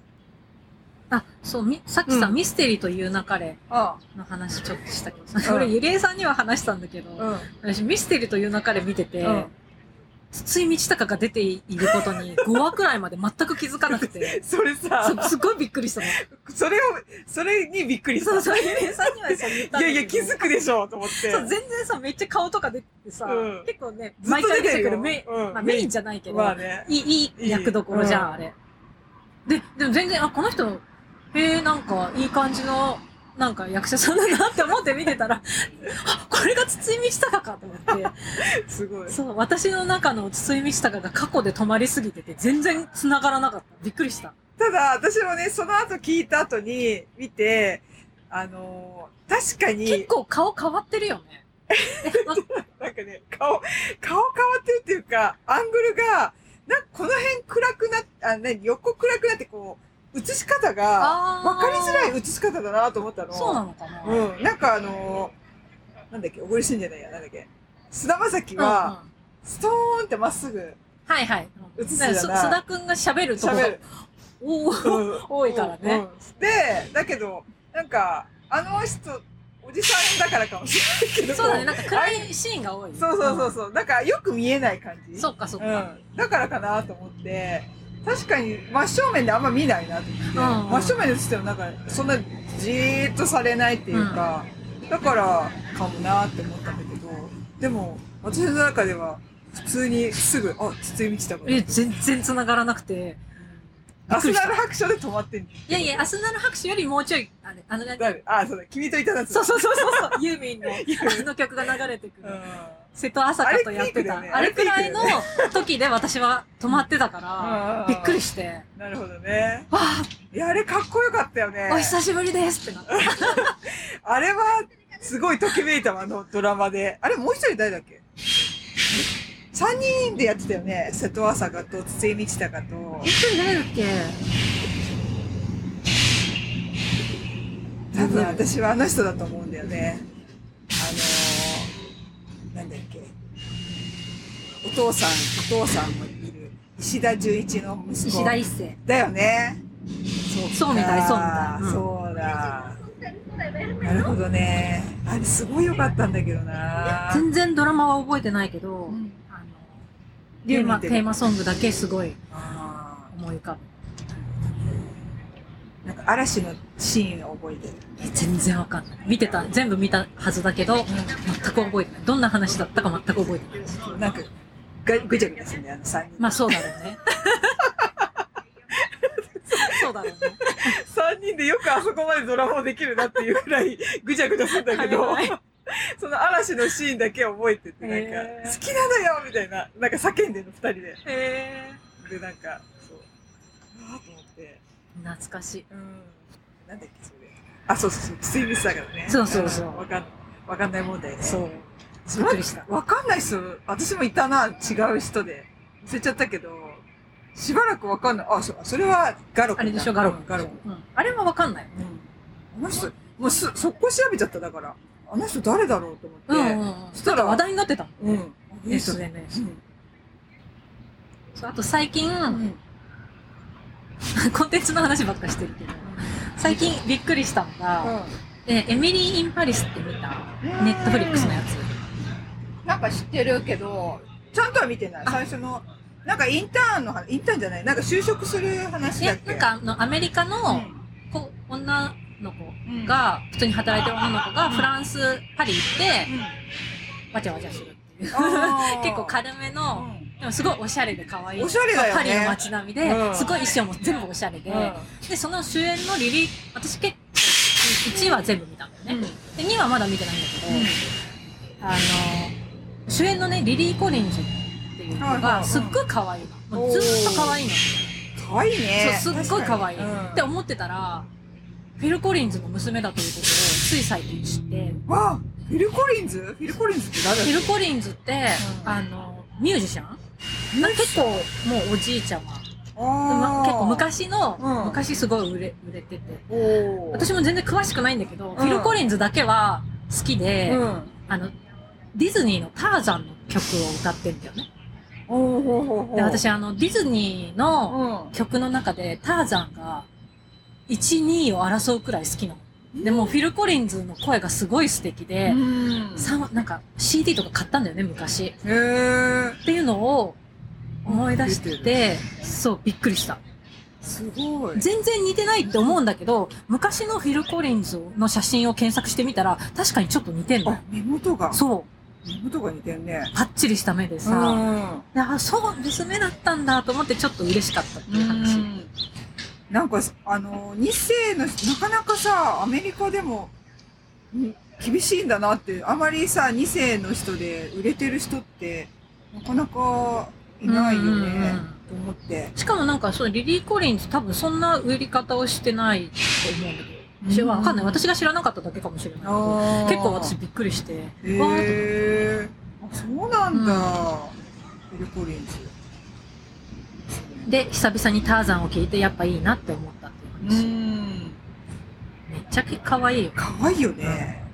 あ、そう、み、さっきさ、うん、ミステリーという流れの話ちょっとしたけどさ、これゆりえさんには話したんだけど、うん、私ミステリーという流れ見てて、うん筒井道隆が出ていることにごわくらいまで全く気づかなくて。 それさ、 すごいびっくりしたの。 それを、それにびっくりした。 そうそう、ゆりえさんにはそう言ったんだけど。 いやいや、気づくでしょ、と思って。 そう、全然さ、めっちゃ顔とか出てさ、うん、結構ね、毎回出てくるメイン、うん、まあメインじゃないけど、まあね、いい、いい役どころじゃん、いいあれ。で、でも全然、あ、この人、へえ、なんか、いい感じの、なんか役者さんだなって思って見てたら、あ、これが筒井道隆かと思って。 すごい。 そう、私の中の筒井道隆が過去で止まりすぎてて、全然繋がらなかった。びっくりした。 ただ、私もね、その後聞いた後に見て、あのー、確かに。 結構顔変わってるよね。 なんかね、顔、顔変わってるっていうか、アングルが、なんかこの辺暗くなって、あ、ね、横暗くなってこう、映し方が、分かりづらい映し方だなと思ったの。 そうなのかなうん。なんかあのー、なんだっけ、小栗旬じゃないや、なんだっけ。菅田将暉は、ストーンってまっすぐ、 はいはい。 映すじゃない。 須田くんが喋るとこ喋る。 おー、多いからね。 で、だけど、なんか、あの人、おじさんだからかもしれないけど。 そうだね、なんか暗いシーンが多い。 そうそうそうそう。なんかよく見えない感じ。 そうかそうか。 うん。だからかなと思って、確かに真正面であんま見ないなと思って、うんうん、真正面で映ってもなんかそんなじーっとされないっていうか、うん、だからかもなって思ったんだけど、でも私の中では普通にすぐ、あ、筒井道隆。 え、全然繋がらなくて。 アスナル白書で止まってんの。 いやいや、アスナル白書よりもうちょい、あれ、あの、 誰あ、そうだ、君といただつ。 そうそうそうそう、ユーミンの、あの曲が流れてくる。瀬戸朝香とやってた。あれ,、ね、あれくらいの時で私は止まってたから、びっくりして。 なるほどね。 わあいや、あれかっこよかったよね。 お久しぶりですってなった。 あれは、すごいときめいたわ、あのドラマで。あれ、もう一人誰だっけ三人でやってたよね。瀬戸朝香と筒井道隆と。 もう一人誰だっけ多分私はあの人だと思うんだよね。あのー、なんだっけ。お父さん、お父さんもいる。石田純一の息子。 石田一世。 だよね。 そうそうみたい、そうみたい。 うん、そうだ。なるほどね。あれすごい良かったんだけどな。 全然ドラマは覚えてないけど、うん、あのテーマ、テーマソングだけすごい思い浮かぶ。 なんか嵐のシーンを覚えてる。 え、全然わかんない。見てた、全部見たはずだけど、全く覚えてない。どんな話だったか全く覚えてない。 なんか、ぐぐちゃぐちゃするんだよ、あのさんにん。 まあそうだろうね。そうだろうね。 さんにんでよくあそこまでドラマをできるなっていうくらいぐちゃぐちゃするんだけど、はいはい、その嵐のシーンだけ覚えてて、なんか、好きなのよみたいな、なんか叫んでるの、二人で。 へーで、なんか、そう。あーと思って。 懐かしい。 うん。なんだっけ、それ。あ、そうそうそう、筒井道だからね。 そうそうそう。 わかん、わかんない問題ね。 そう。びっくりした。 わかんない人、私もいたな、違う人で。忘れちゃったけど、しばらくわかんない。あ、そ、それはガロ君。 あれでしょ、ガロ君。 ガロ君。 うん。あれもわかんない。 うん。あの人、もうす、速攻調べちゃっただから。あの人誰だろうと思って。 うんうんうん。そしたら話題になってたもんね。 うん。エスエヌエス。うん。そう、あと最近、うん、コンテンツの話ばっかしてるけど、最近びっくりしたのが、うん、え、エミリー・イン・パリスって見た？ネットフリックスのやつ。 なんか知ってるけど、ちゃんとは見てない。最初の、なんかインターンの話、インターンじゃない、なんか就職する話だっけ？ なんかあの、アメリカの子、うん、女の子が、うん、普通に働いてる女の子が、フランス、パリ行って、うん、わちゃわちゃするっていう。結構軽めの、うん、でもすごいおしゃれで可愛い。 おしゃれだよね。 パリの街並みで、うん、すごい衣装も全部おしゃれで、うん、で、その主演のリリー、私結構、いちいは全部見たんだよね。うん、で、にいはまだ見てないんだけど、うん、あの、主演のね、リリー・コリンズっていうのが、すっごい可愛いの。もうずーっと可愛いの。 可愛いね。 そう、すっごい可愛い。うん、って思ってたら、フィル・コリンズの娘だということを、つい最近知って。 わあ、フィル・コリンズ？フィル・コリンズって誰だっけ？ フィル・コリンズって、うん、あの、ミュージシャン？結構、もうおじいちゃま。ま、結構昔の、うん、昔すごい売れ、売れてて。私も全然詳しくないんだけど、うん、フィル・コリンズだけは好きで、うん、あの、ディズニーのターザンの曲を歌ってんだよね。 おーほーほーほーで、私あの、ディズニーの曲の中で、ターザンがいち、にいを争うくらい好きなの。でも、フィル・コリンズの声がすごい素敵で、さなんか シーディー とか買ったんだよね、昔。 へーっていうのを思い出してて、そう、びっくりした。 すごい。 全然似てないって思うんだけど、昔のフィル・コリンズの写真を検索してみたら、確かにちょっと似てんの。 あ、目元が。 そう。 目元が似てんね。 パッチリした目でさ、うん、あ、そう、娘だったんだと思ってちょっと嬉しかったっていう話。うん、 なんか、あの、に世の、なかなかさ、アメリカでも、厳しいんだなって、あまりさ、に世の人で売れてる人って、なかなかいないよね、うんうんうん、と思って。 しかもなんか、そう、リリー・コリンズ多分そんな売り方をしてないと思うんだけど。私はわかんない。私が知らなかっただけかもしれないけど、結構私びっくりして。 へー。あ、そうなんだ。フィル・コリンズ。 で、久々にターザンを聞いて、やっぱいいなって思ったっていう話。うん。めっちゃ可愛いよ。 可愛いよね。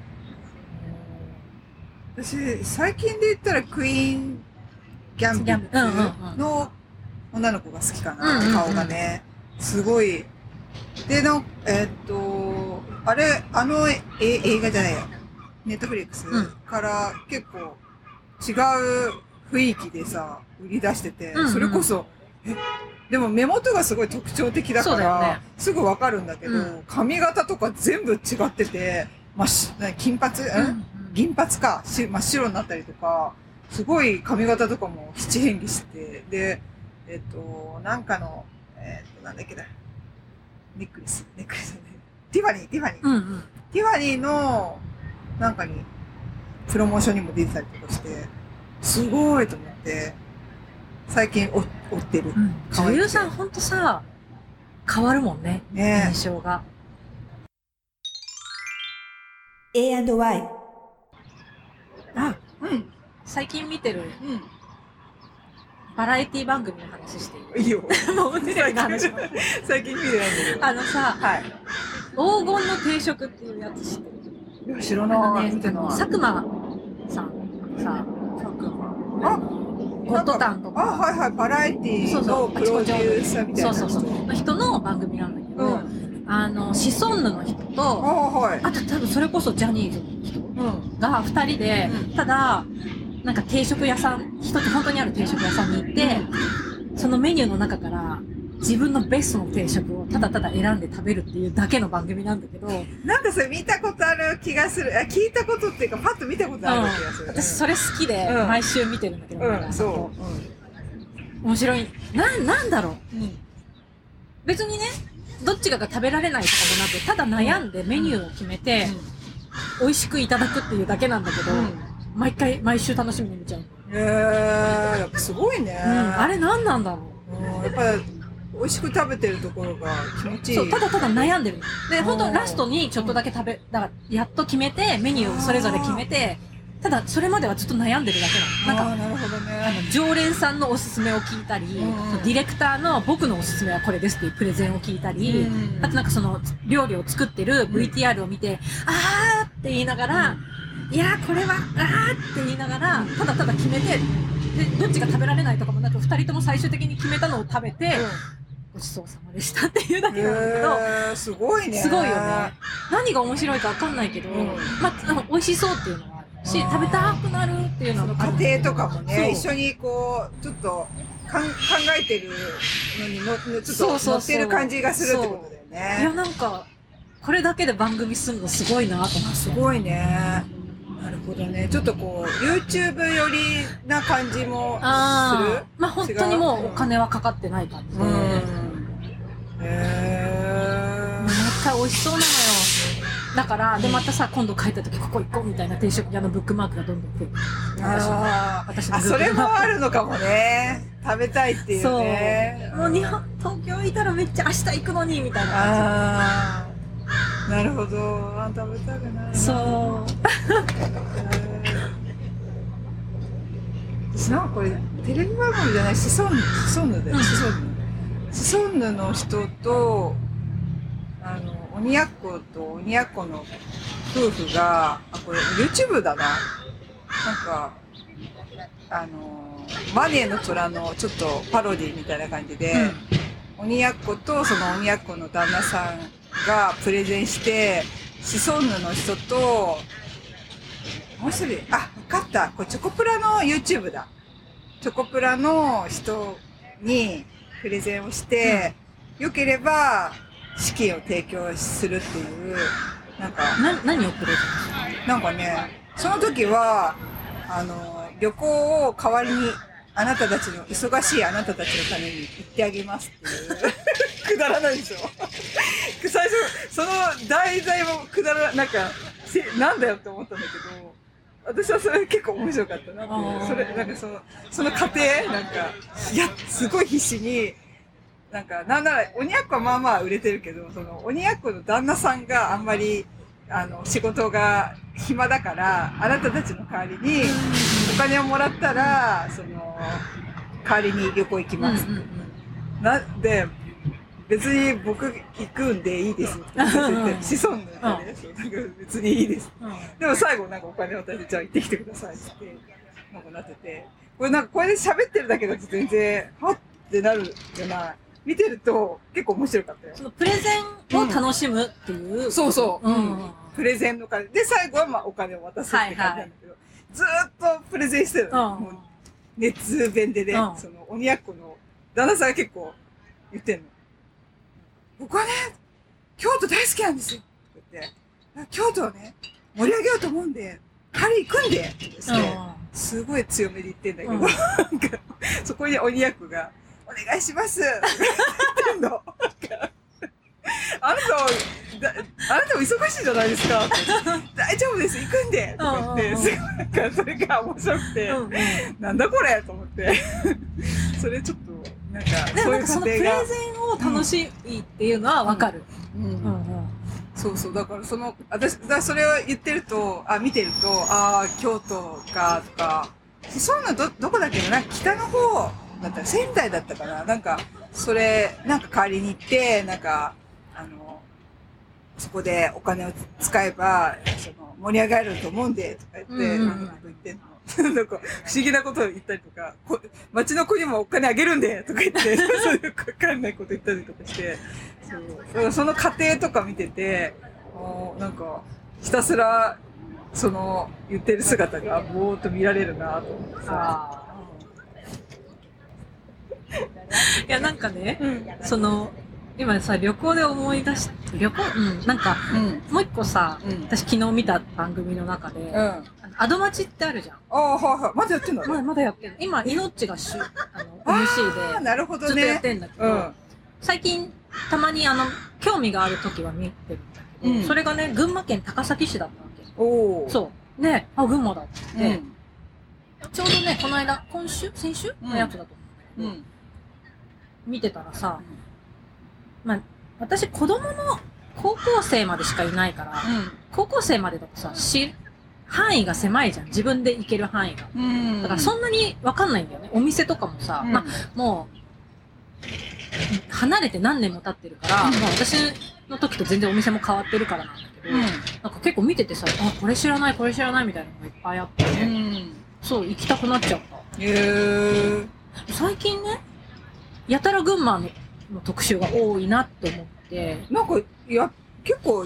私、最近で言ったらクイーン・ギャンビットの女の子が好きかな、顔がね。すごい。での、えー、っと、あれ、あのえ映画じゃないや、ネットフリックスから結構違う雰囲気でさ、売り出してて、うんうん、それこそ、え、でも目元がすごい特徴的だから、ね、すぐわかるんだけど、うん、髪型とか全部違ってて、まし、金髪、うんうん、銀髪か、し真っ白になったりとか、すごい髪型とかも七変化して、で、えっと、なんかの、えっと、なんだっけだ。ネックレス、ネックレスね。ティファニー、ティファニー。うんうん、ティファニーの、なんかに、プロモーションにも出てたりとかして、すごいと思って、最近追ってる。うん、 女優さんほんとさ、変わるもんね。ね、印象が。 エーアンドワイ。 あ、うん。最近見てる。うん。バラエティ番組の話していい？ いいよ。 もうテレビの話。 最近見てないんだけど。 あのさ、はい、黄金の定食っていうやつ知ってる？ いや、知らない。見てない。 佐久間さんさ、佐久間。あ、ゴッドタンとか。 あ、はいはい、バラエティのプロデューサーみたいな。 そうそうそう。の人の番組なんだけど、うん、あの、シソンヌの人と、あ、はい、あと多分それこそジャニーズの人が二人で、うん、ただ、なんか定食屋さん、一つ本当にある定食屋さんに行って、そのメニューの中から自分のベストの定食をただただ選んで食べるっていうだけの番組なんだけど。 なんかそれ見たことある気がする。あ、聞いたことっていうかパッと見たことある気がする。 うん、私それ好きで毎週見てるんだけど、うんうん、そう、うん。面白い。な、なんだろう、うん。別にね、どっちかが食べられないとかもなく、ただ悩んでメニューを決めて、美味しくいただくっていうだけなんだけど、毎回、毎週楽しみに見ちゃう。 へー、やっぱすごいね。 うん、あれ何なんだろう。うん、やっぱり、美味しく食べてるところが気持ちいい。 そう、ただただ悩んでる。で、本当ラストにちょっとだけ食べ、だから、やっと決めて、メニューをそれぞれ決めて、ただ、それまではずっと悩んでるだけなの。なんか、 なるほどね。 あの、常連さんのおすすめを聞いたり、ディレクターの僕のおすすめはこれですっていうプレゼンを聞いたり、あとなんかその、料理を作ってる ブイティーアール を見て、あーって言いながら、いやーこれは、あーって言いながら、ただただ決めて、で、どっちが食べられないとかもなく、二人とも最終的に決めたのを食べて、ごちそうさまでしたっていうだけなんだけど、 えー、すごいね。 すごいよね。何が面白いかわかんないけど、うん、まあ、美味しそうっていうのはある。 し、食べたくなるっていうのその家庭とかもね、一緒にこう、ちょっとかん考えてるのにの、ちょっと乗ってる感じがするってことだよね。 いや、なんか、これだけで番組するのすごいなと思って。 すごいね。なるほどね。ちょっとこう、YouTube 寄りな感じもする。 あまあ本当にもうお金はかかってない感じで。うん、 へー。 毎回美味しそうなのよ。だから、で、またさ、今度帰った時ここ行こうみたいな定食屋のブックマークがどんどん増えてあ私のあ、それもあるのかもね。食べたいっていうね。 そう。もう日本、東京いたらめっちゃ明日行くのに、みたいな感じ。 ああ。なるほど。あ、食べたくないな。 そう。 私なんかこれ、テレビ番組じゃない、シソンヌ、シソンヌだよ。シソンヌ。シソンヌの人と、あの、鬼奴と鬼奴の夫婦が、あ、これ YouTube だな。なんか、あの、マネーの虎のちょっとパロディみたいな感じで、うん、鬼奴とその鬼奴の旦那さんがプレゼンして、シソンヌの人と、もう一人、あ、わかった。これチョコプラの YouTube だ。チョコプラの人にプレゼンをして、うん、良ければ、資金を提供するっていう、なんか。 な、何をプレゼンしたなんかね、その時は、あの、旅行を代わりに、あなたたちの、忙しいあなたたちのために行ってあげますっていう。くだらないでしょ最初、その題材もくだら、なんか、なんだよって思ったんだけど、私はそれ結構面白かったなっていう。それ、なんかその、その過程、なんか、いや、すごい必死に、なんか、なんなら、鬼奴はまあまあ売れてるけど、その、鬼奴の旦那さんがあんまり、あの、仕事が暇だから、あなたたちの代わりに、お金をもらったら、その、代わりに旅行行きます。うんうんうん、なんで、別に僕行くんでいいですって言って、子孫の中で、そう、なんか別にいいです。うん、でも最後なんかお金を渡して、じゃあ行ってきてくださいって、なんかなってて、これなんかこれで喋ってるだけだと全然、はってなるじゃない。見てると結構面白かったよ。 そのプレゼンを楽しむっていう。 うん、そうそう。うん。プレゼンの金で、最後はまあお金を渡すって感じなんだけど、はいはい、ずーっとプレゼンしてるの。うん、もう熱弁でね、うん、その鬼奴の旦那さんが結構言ってんの。僕はね、京都大好きなんですよ。って言って、京都をね、盛り上げようと思うんで、パリ行くんでってですね、うん、すごい強めで言ってんだけど、うん、なんかそこに鬼奴が、お願いしますって言ってんの。あなたは、だあなたも忙しいじゃないですか。大丈夫です、行くんでとか言って、すごいなんかそれが面白くて、うんうん、なんだこれと思って。それちょっと、なんか、そういう過程が。そのプレゼンを楽しいっていうのはわかる。 うんうんうんうん、そうそう、だからその、私、だそれを言ってると、あ、見てると、ああ、京都か、とか、そういうのど、どこだっけな、なんか北の方だったら、仙台だったかな、なんか、それ、なんか代わりに行って、なんか、あの、そこでお金を使えば、その、盛り上がると思うんで、とか言って、うんうんうん、なんか言ってんの。なんか、不思議なことを言ったりとか、こ町の子にもお金あげるんで、とか言って、そういうわかんないこと言ったりとかして、そう。その過程とか見てて、なんか、ひたすら、その、言ってる姿がぼーっと見られるなと思ってさ。 いや、なんかね、うん、その、今さ、旅行で思い出し、旅行うん、なんか、うん、もう一個さ、うん、私昨日見た番組の中で、うん、アドマチってあるじゃん。 ああ、はいはい。まだやってんのまだ、まだやってんの。今、イノッチがしゅ、あの、エムシー で、 なるほどね、 ずっとやってんだけど、うん、最近、たまにあの、興味がある時は見てるんだけど、うん、それがね、群馬県高崎市だったわけ。 おー。 そう。で、あ、群馬だって言って、うん、ちょうどね、この間、今週先週のやつだと思うんだけど、うん、見てたらさ、まあ、私子供の高校生までしかいないから、うん、高校生までだとさ、し、範囲が狭いじゃん。自分で行ける範囲が。うん、だからそんなにわかんないんだよね。お店とかもさ、うん、まあ、もう、離れて何年も経ってるから、うん、まあ私の時と全然お店も変わってるからなんだけど、うん、なんか結構見ててさ、あ、これ知らない、これ知らないみたいなのがいっぱいあって、うん、そう、行きたくなっちゃった。 へー。 最近ね、やたら群馬のの特集が多いなって思って。 なんか、いや、結構、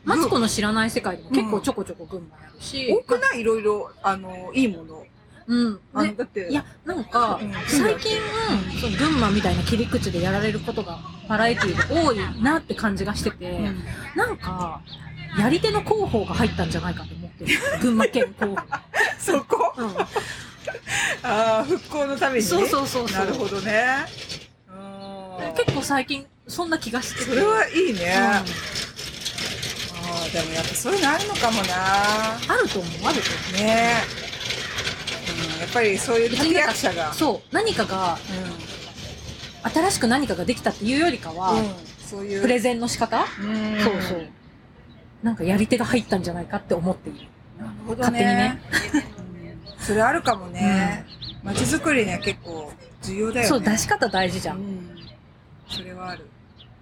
マツコの知らない世界でも結構ちょこちょこ群馬やるし。 多くないいろいろ、あの、いいもの。 うん。 あの、だって。 いや、なんか、最近、その群馬みたいな切り口でやられることが、バラエティーで多いなって感じがしてて、うん、なんか、やり手の広報が入ったんじゃないかと思ってる。群馬県広報。 そこ、うん、ああ、復興のために。 そうそうそうそう。 なるほどね。 結構最近、そんな気がしてて。 それはいいね。うん、ああ、でもやっぱそういうのあるのかもな。 あると思う、あると思う。 ねえ。うん、やっぱりそういう立役者が。 そう、何かが、うん、新しく何かができたっていうよりかは、うん、そういうプレゼンの仕方、うん、そうそう。なんかやり手が入ったんじゃないかって思っている。 なるほどね。勝手にね。それあるかもね。街、うん、づくりには結構重要だよね。 そう、出し方大事じゃん。うん、 それはある。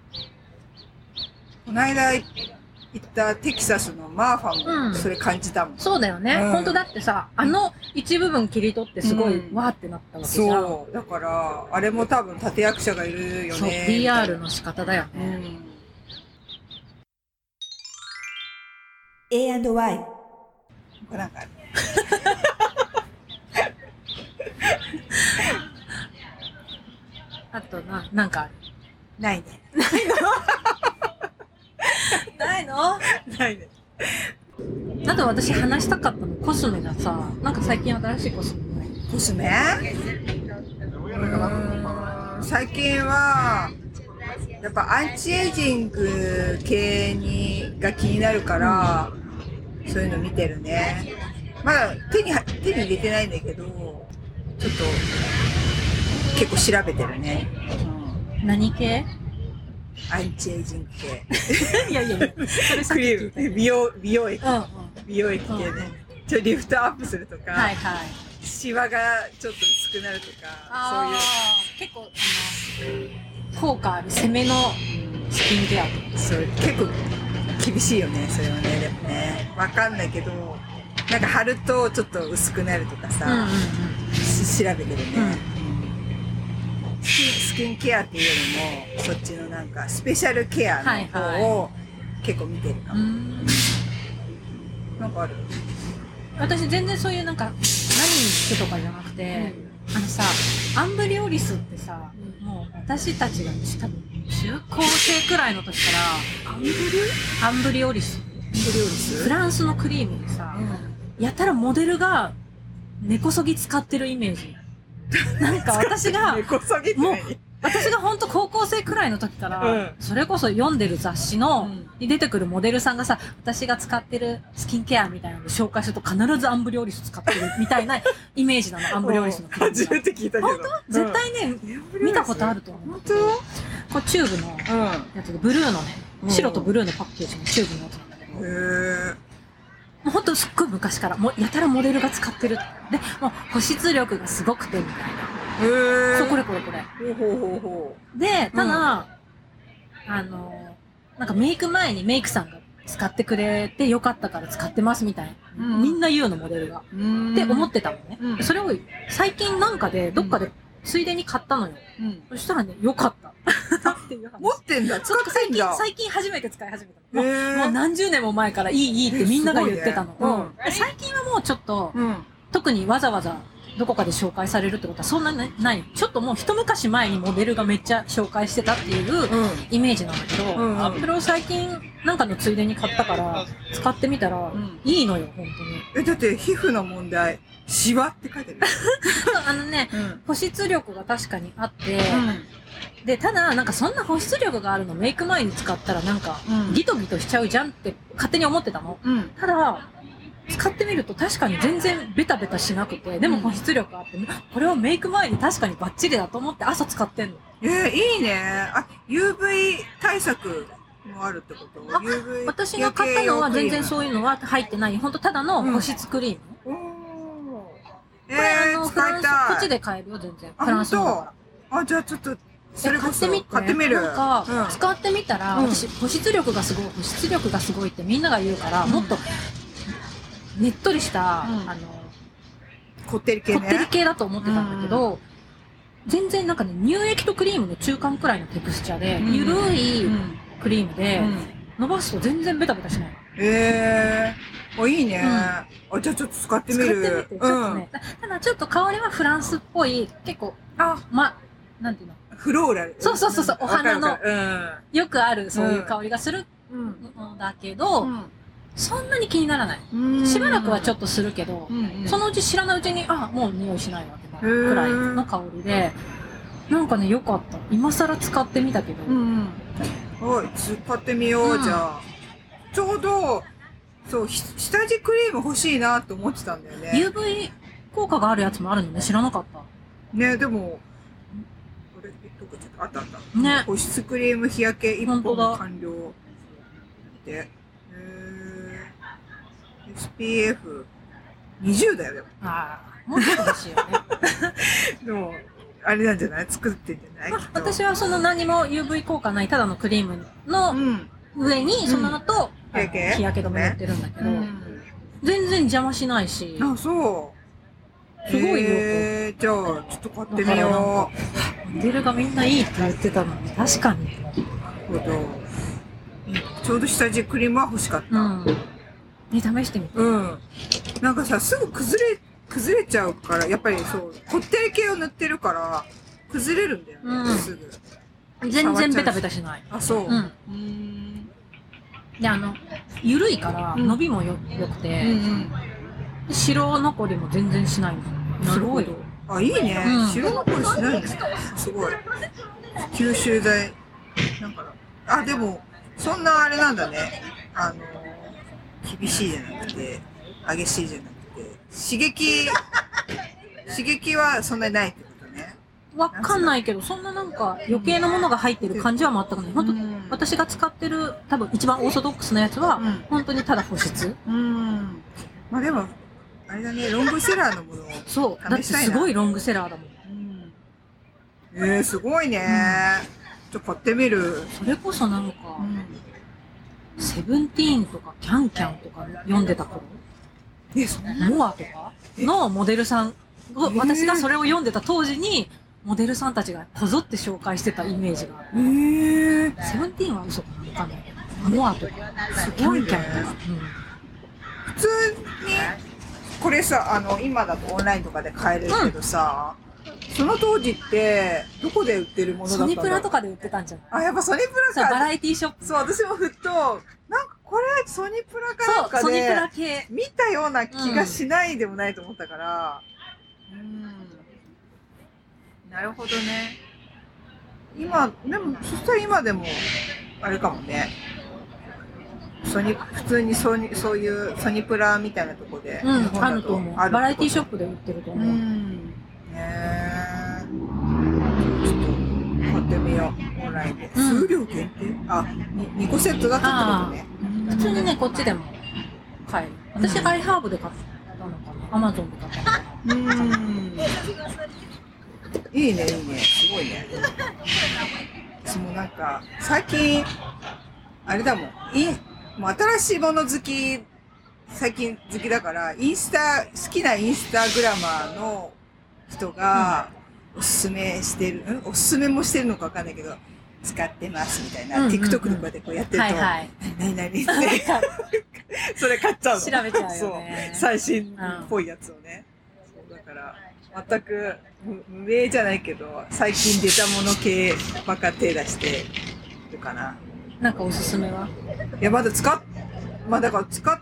この間行ったテキサスのマーファもそれ感じたもん。 うん、そうだよね。うん、本当だってさ、あの一部分切り取ってすごい、うん、わーってなったわけじゃん。 そう。だから、あれも多分立役者がいるよね。 そう、ピーアール の仕方だよね。うん、 エーアンドワイ。これなんかある。 あとな、なんかある。 ないね。 ないのないね。 あと私話したかったの、コスメがさ、なんか最近新しいコスメない？ コスメ？最近は、やっぱアンチエイジング系にが気になるから、うん、そういうの見てるね。まだ手に手に入れてないんだけど、ちょっと結構調べてるね。 うん、何系？ アンチエイジング系。 いやいやいや、それさっき聞いた、ね、 美容美容液、うんうん、美容液系ね、うんうん。ちょリフトアップするとか、はいはい、シワがちょっと薄くなるとか、そういう結構あの効果ある攻めのスキンケアとか。 そう結構厳しいよね、それはね。でもね、わかんないけど、なんか貼るとちょっと薄くなるとかさ、うんうんうん、調べてるね。うんスキンケアっていうよりもそっちのなんかスペシャルケアの方を結構見てるかも。はいはい、なんかある？ 私全然そういうなんか何に聞くとかじゃなくて、うん、あのさアンブリオリスってさ、うん、もう私たちが多分中高生くらいの時からアンブリアンブリオリスアンブリオリスフランスのクリームでさ、うん、やたらモデルが根こそぎ使ってるイメージ。なんか私が、もう、私がほんと高校生くらいの時から、うん、それこそ読んでる雑誌の、うん、に出てくるモデルさんがさ、私が使ってるスキンケアみたいなので紹介すると必ずアンブリオリス使ってるみたいなイメージなの、アンブリオリスのクリーム。 初めて聞いたけど。 本当絶対ね、うん、見たことあると思う。 本当これチューブのやつで、ブルーのね、白とブルーのパッケージのチューブのやつなんだけど。へー。もうほんとすっごい昔から、もうやたらモデルが使ってる。で、もう保湿力がすごくてみたいな。へー。そう、これこれこれ。 ほうほうほうほう。 で、ただ、うん、あの、なんかメイク前にメイクさんが使ってくれてよかったから使ってますみたいな。うん、みんな言うの、モデルが。って思ってたのね。うん、それを最近なんかで、どっかでついでに買ったのよ。うん、そしたらね、よかった。 っていう話。持ってんだ、使ってんだ。 最近初めて使い始めたの。もう、もう何十年も前からいいいいってみんなが言ってたの。ねうん、最近はもうちょっと、うん、特にわざわざどこかで紹介されるってことはそんなにない。ちょっともう一昔前にモデルがめっちゃ紹介してたっていうイメージなんだけど、うんうん、アップルを最近なんかのついでに買ったから使ってみたら、うん、いいのよ、本当に。 え、だって皮膚の問題、シワって書いてる。 あのね、うん、保湿力が確かにあって、うんで、ただ、なんかそんな保湿力があるのメイク前に使ったらなんか、ギトギトしちゃうじゃんって勝手に思ってたの。うん、ただ、使ってみると確かに全然ベタベタしなくて、でも保湿力あって、うん、これをメイク前に確かにバッチリだと思って朝使ってんの。 えー、いいね。あ、ユーブイ 対策もあるってこと？ ユーブイ私が買ったのは全然そういうのは入ってない。ほんとただの保湿クリーム。うん、これ、えー、あの、フランス、こっちで買えるよ、全然。フランスのだから。 あ、じゃあちょっと、それ買ってみて。 買ってみる。 なんか、うん、使ってみたら、うん、私、保湿力がすごい、保湿力がすごいってみんなが言うから、うん、もっと、ねっとりした、うん、あの、 こってり系ね。 こってり系だと思ってたんだけど、うん、全然なんかね、乳液とクリームの中間くらいのテクスチャーで、うん、ゆるいクリームで、うん、 伸ばすと全然ベタベタしない。 えー。あ、いいね、うん。あ、じゃあちょっと使ってみる。 使ってみて。ちょっとね。うん、ただちょっと香りはフランスっぽい、結構、あ、ま、なんていうのフローラル。 そうそうそうそう、お花の、うん、よくあるそういう香りがするんだけど、うん、そんなに気にならない。しばらくはちょっとするけど、うんうん、そのうち知らないうちに、あ、もう匂いしないわってなるくらいの香りで、なんかね、よかった。今更使ってみたけど。うんうん、 はい、使ってみよう、うん、じゃあ。ちょうど、そう、下地クリーム欲しいなと思ってたんだよね。 ユーブイ 効果があるやつもあるのね、知らなかった。 ね、でも、これ、どこちょっとあったあった。ね。保湿クリーム日焼けいっぽん完了。で、えー、エスピーエフにじゅう だよ、でも。 ああ、もうちょっと欲しいよね。 でも、あれなんじゃない？作ってんじゃない？ 私はその何も ユーブイ 効果ないただのクリームの上に、その後、うん、日焼け止め塗ってるんだけど、ね、うん、全然邪魔しないし。 あ、そう。すごいよ。えー、じゃあ、ちょっと買ってみよう。モデルがみんないいって言ってたのに、確かに。 なるほど。ちょうど下地クリームは欲しかった。うん。 ね、試してみて。 うん。なんかさ、すぐ崩れ、崩れちゃうから、やっぱりそう、こってり系を塗ってるから、崩れるんだよね、うん、すぐ。 全然ベタベタしない。 あ、そう。うん。 うんで、あの、ゆるいから伸びもよ、うん、よくて、うんうん、白残りも全然しないの。すごい。 あ、いいね。うん、白残りしないね。すごい。吸収剤。なんか、あ、でも、そんなあれなんだね。あの、厳しいじゃなくて、激しいじゃなくて、刺激、刺激はそんなにないってことね。 わかんないけど、そんななんか余計なものが入ってる感じは全くない。本当、うん、私が使ってる多分一番オーソドックスなやつは、うん、本当にただ保湿。 うん。まあでも、あれだね、ロングセラーのものを試したいな。 そう。だってすごいロングセラーだもん。 うん、えー、すごいね、うん。ちょっと買ってみる。 それこそなんか、うん、セブンティーンとかキャンキャンとか読んでた頃。 え、そんなモアとかのモデルさん、私がそれを読んでた当時に、モデルさんたちがこぞって紹介してたイメージがある。 へー。 セブンティーンは嘘かなわかんないけど。モアとか、キャンキャンとか。うん、 普通に、これさ、あの、今だとオンラインとかで買えるけどさ、うん、その当時って、どこで売ってるものだったの？ ソニプラとかで売ってたんじゃない？ あ、やっぱソニプラか。 バラエティショップ。 そう、私もふっと、なんかこれソニプラかなんかで、 そう、ソニプラ系。 見たような気がしないでもないと思ったから、うん、うんなるほどね。今、でも、そしたら今でも、あれかもね。ソニ、普通にソニ、そういうソニプラみたいなとこで。 うん、あると思う。バラエティショップで売ってると思う。うん。 ねえ。ちょっと、買ってみよう。オンラインで。うん、数量限定あ、にこセットだったってことね。 普通にね、こっちでも買える。私、アイハーブで買ったのかな。アマゾンで買ったのかな。うん。 いいね、いいね。すごいね。私もなんか、最近、あれだもん。いもう新しいもの好き、最近好きだから、インスタ、好きなインスタグラマーの人が、おすすめしてる、うん、おすすめもしてるのかわかんないけど、使ってますみたいな、うんうんうん、TikTok とかでこうやってると、はいはい、何々ってそれ買っちゃうの。 調べちゃうよね。 そう。最新っぽいやつをね。うん、そうだから、全く無名じゃないけど、最近出たもの系ばっか手出してるかな。 なんかおすすめはいや、まだ使っ、まあだから使って、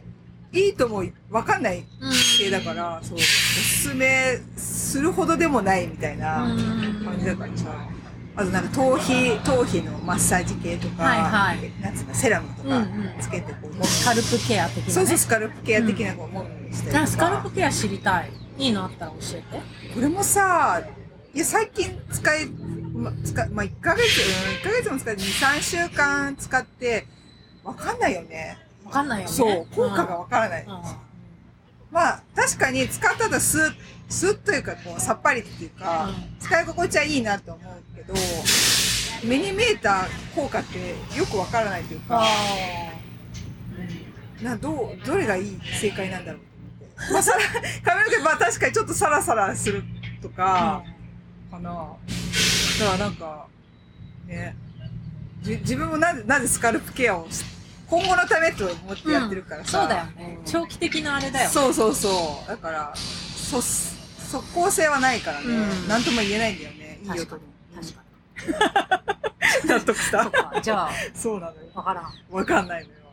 いいともわかんない系だから、うん、そう、おすすめするほどでもないみたいな感じだからさ。あとなんか頭皮、頭皮のマッサージ系とか、はいはい、なんつうの、セラムとかつけてこう、うんうん、 スカルプケア的な、ね。 そうそう、スカルプケア的なこうものにしたりとか、 うん。スカルプケア知りたい。いいのあったら教えて。 これもさ、いや、最近使い、ま、使、まあ、いっかげつ、うん、いっかげつも使って、に、さんしゅうかん使って、わかんないよね。 わかんないよね。 そう、効果がわからない。うんうん、まあ、確かに使った後スッ、スッというか、こう、さっぱりっていうか、うん、使い心地はいいなと思うけど、目に見えた効果ってよくわからないというか、うん、な、どう、どれがいい正解なんだろう。まあ、さら、髪の毛、まあ確かにちょっとサラサラするとか、かな。だからなんか、ね、 じ自分もなぜ、なぜスカルプケアをし今後のためと思ってやってるからさ。 うん、そうだよね。長期的なあれだよね。 そうそうそう。だから、そ、即効性はないからね。うん、なんとも言えないんだよね。いいよとも。 確かに。納得した。 そっか、じゃあ。 そうなのよ。 わからん。 わかんないのよ。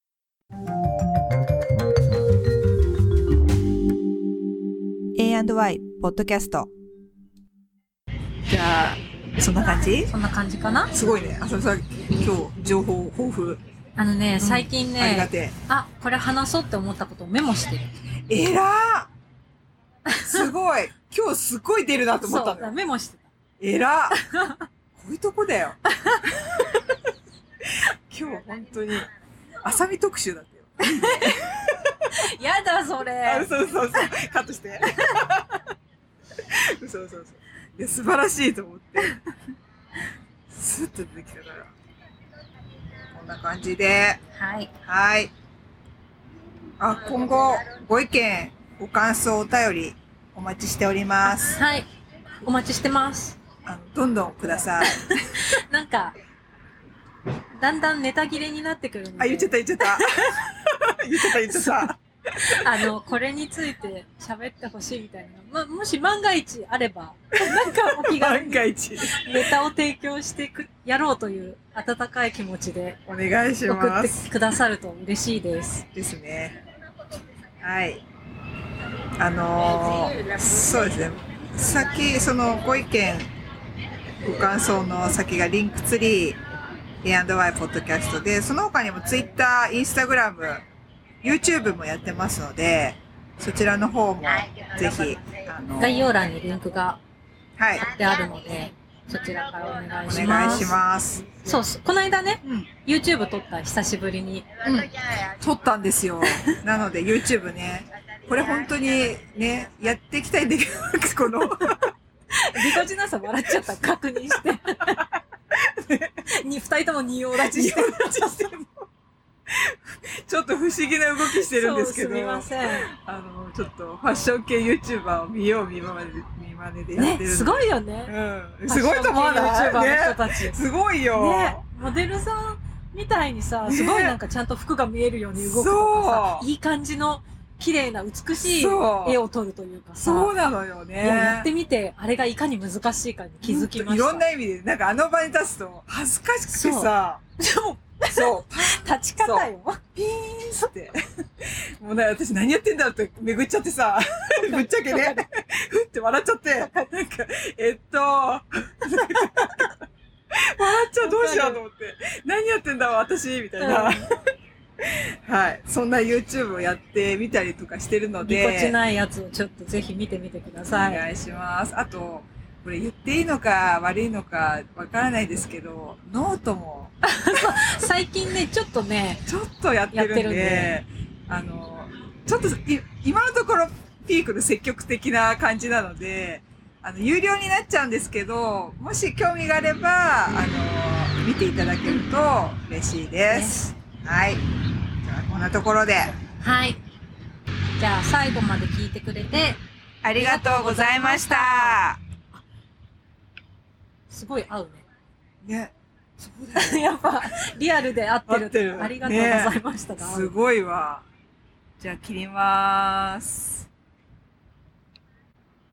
エーアンドワイ ポッドキャスト。じゃあ、そんな感じ？ そんな感じかな？ すごいね。あ、それさ、今日、情報豊富。 あのね、最近ね、うん、 ありがてえ。 あ、これ話そうって思ったことをメモしてる。 えらーすごい。今日すごい出るなと思ったのよ。 そう、メモしてた。 えらーこういうとこだよ。今日本当に、浅見特集だったよ。 やだ、それ。 あ、そうそうそう。カットして。そうそうそう。いや、素晴らしいと思って。スッと出てきたから。こんな感じで。 はい。 はい。あ、今後、ご意見、ご感想、お便り、お待ちしております。 はい。お待ちしてます。 あの、どんどんください。 なんか、だんだんネタ切れになってくるんで。 あ、言っちゃった言っちゃった。言っちゃった言っちゃった。 あの、これについて喋ってほしいみたいな。ま、もし万が一あれば、なんかお気軽にネタを提供してく、やろうという温かい気持ちでお願いします。 送ってくださると嬉しいです。 ですね。はい。あのー、そうですね。先、そのご意見、ご感想の先がリンクツリー、エーアンドワイ ポッドキャストで、その他にもツイッター、インスタグラム、YouTube もやってますので、そちらの方もぜひ、 あのー、概要欄にリンクが貼ってあるので、はい、そちらからお願いします。 お願いします。 そうそう、この間ね、うん、YouTube 撮った久しぶりに、 うん、撮ったんですよ。なので YouTube ね、これ本当にね、やっていきたいんだけど、このぎこちなさ笑っちゃった、確認して。に、二人とも仁王立ちしてる。 ちょっと不思議な動きしてるんですけど。 すみません。 あの、ちょっとファッション系 YouTuber を見よう見まねで、見真似でやってるんで。 ね、すごいよね。 うん。すごいと思わない？ YouTuber の人たち。 ね、すごいよ。 ね、モデルさんみたいにさ、すごいなんかちゃんと服が見えるように動くとかさ、いい感じの綺麗な美しい絵を撮るというかさ。 そうなのよね。 やってみて、あれがいかに難しいかに気づきました。 いろんな意味で、なんかあの場に立つと恥ずかしくてさ。 そう。そう。立ち方よ。 ピーンって。もうね、私何やってんだろうって巡っちゃってさ、ぶっちゃけね、ふって笑っちゃって、なんか、えっと、笑っちゃうどうしようと思って、何やってんだろう私みたいな。はい。そんな YouTube をやってみたりとかしてるので。 ぎこちないやつをちょっとぜひ見てみてください。 お願いします。あと、これ言っていいのか悪いのかわからないですけど、ノートも。 最近ね、ちょっとね、 ちょっとやってるんで、んであの、ちょっと今のところピークの積極的な感じなので、あの、有料になっちゃうんですけど、もし興味があれば、あの、見ていただけると嬉しいです。ね、はい。じゃあ、こんなところで。 はい。じゃあ、最後まで聞いてくれて、 ありがとうございました。 すごい合うね。 ね。そうだよ。 やっぱ、リアルで合ってる。合ってる。ありがとうございました。 ね、すごいわ。じゃあ、切りまーす。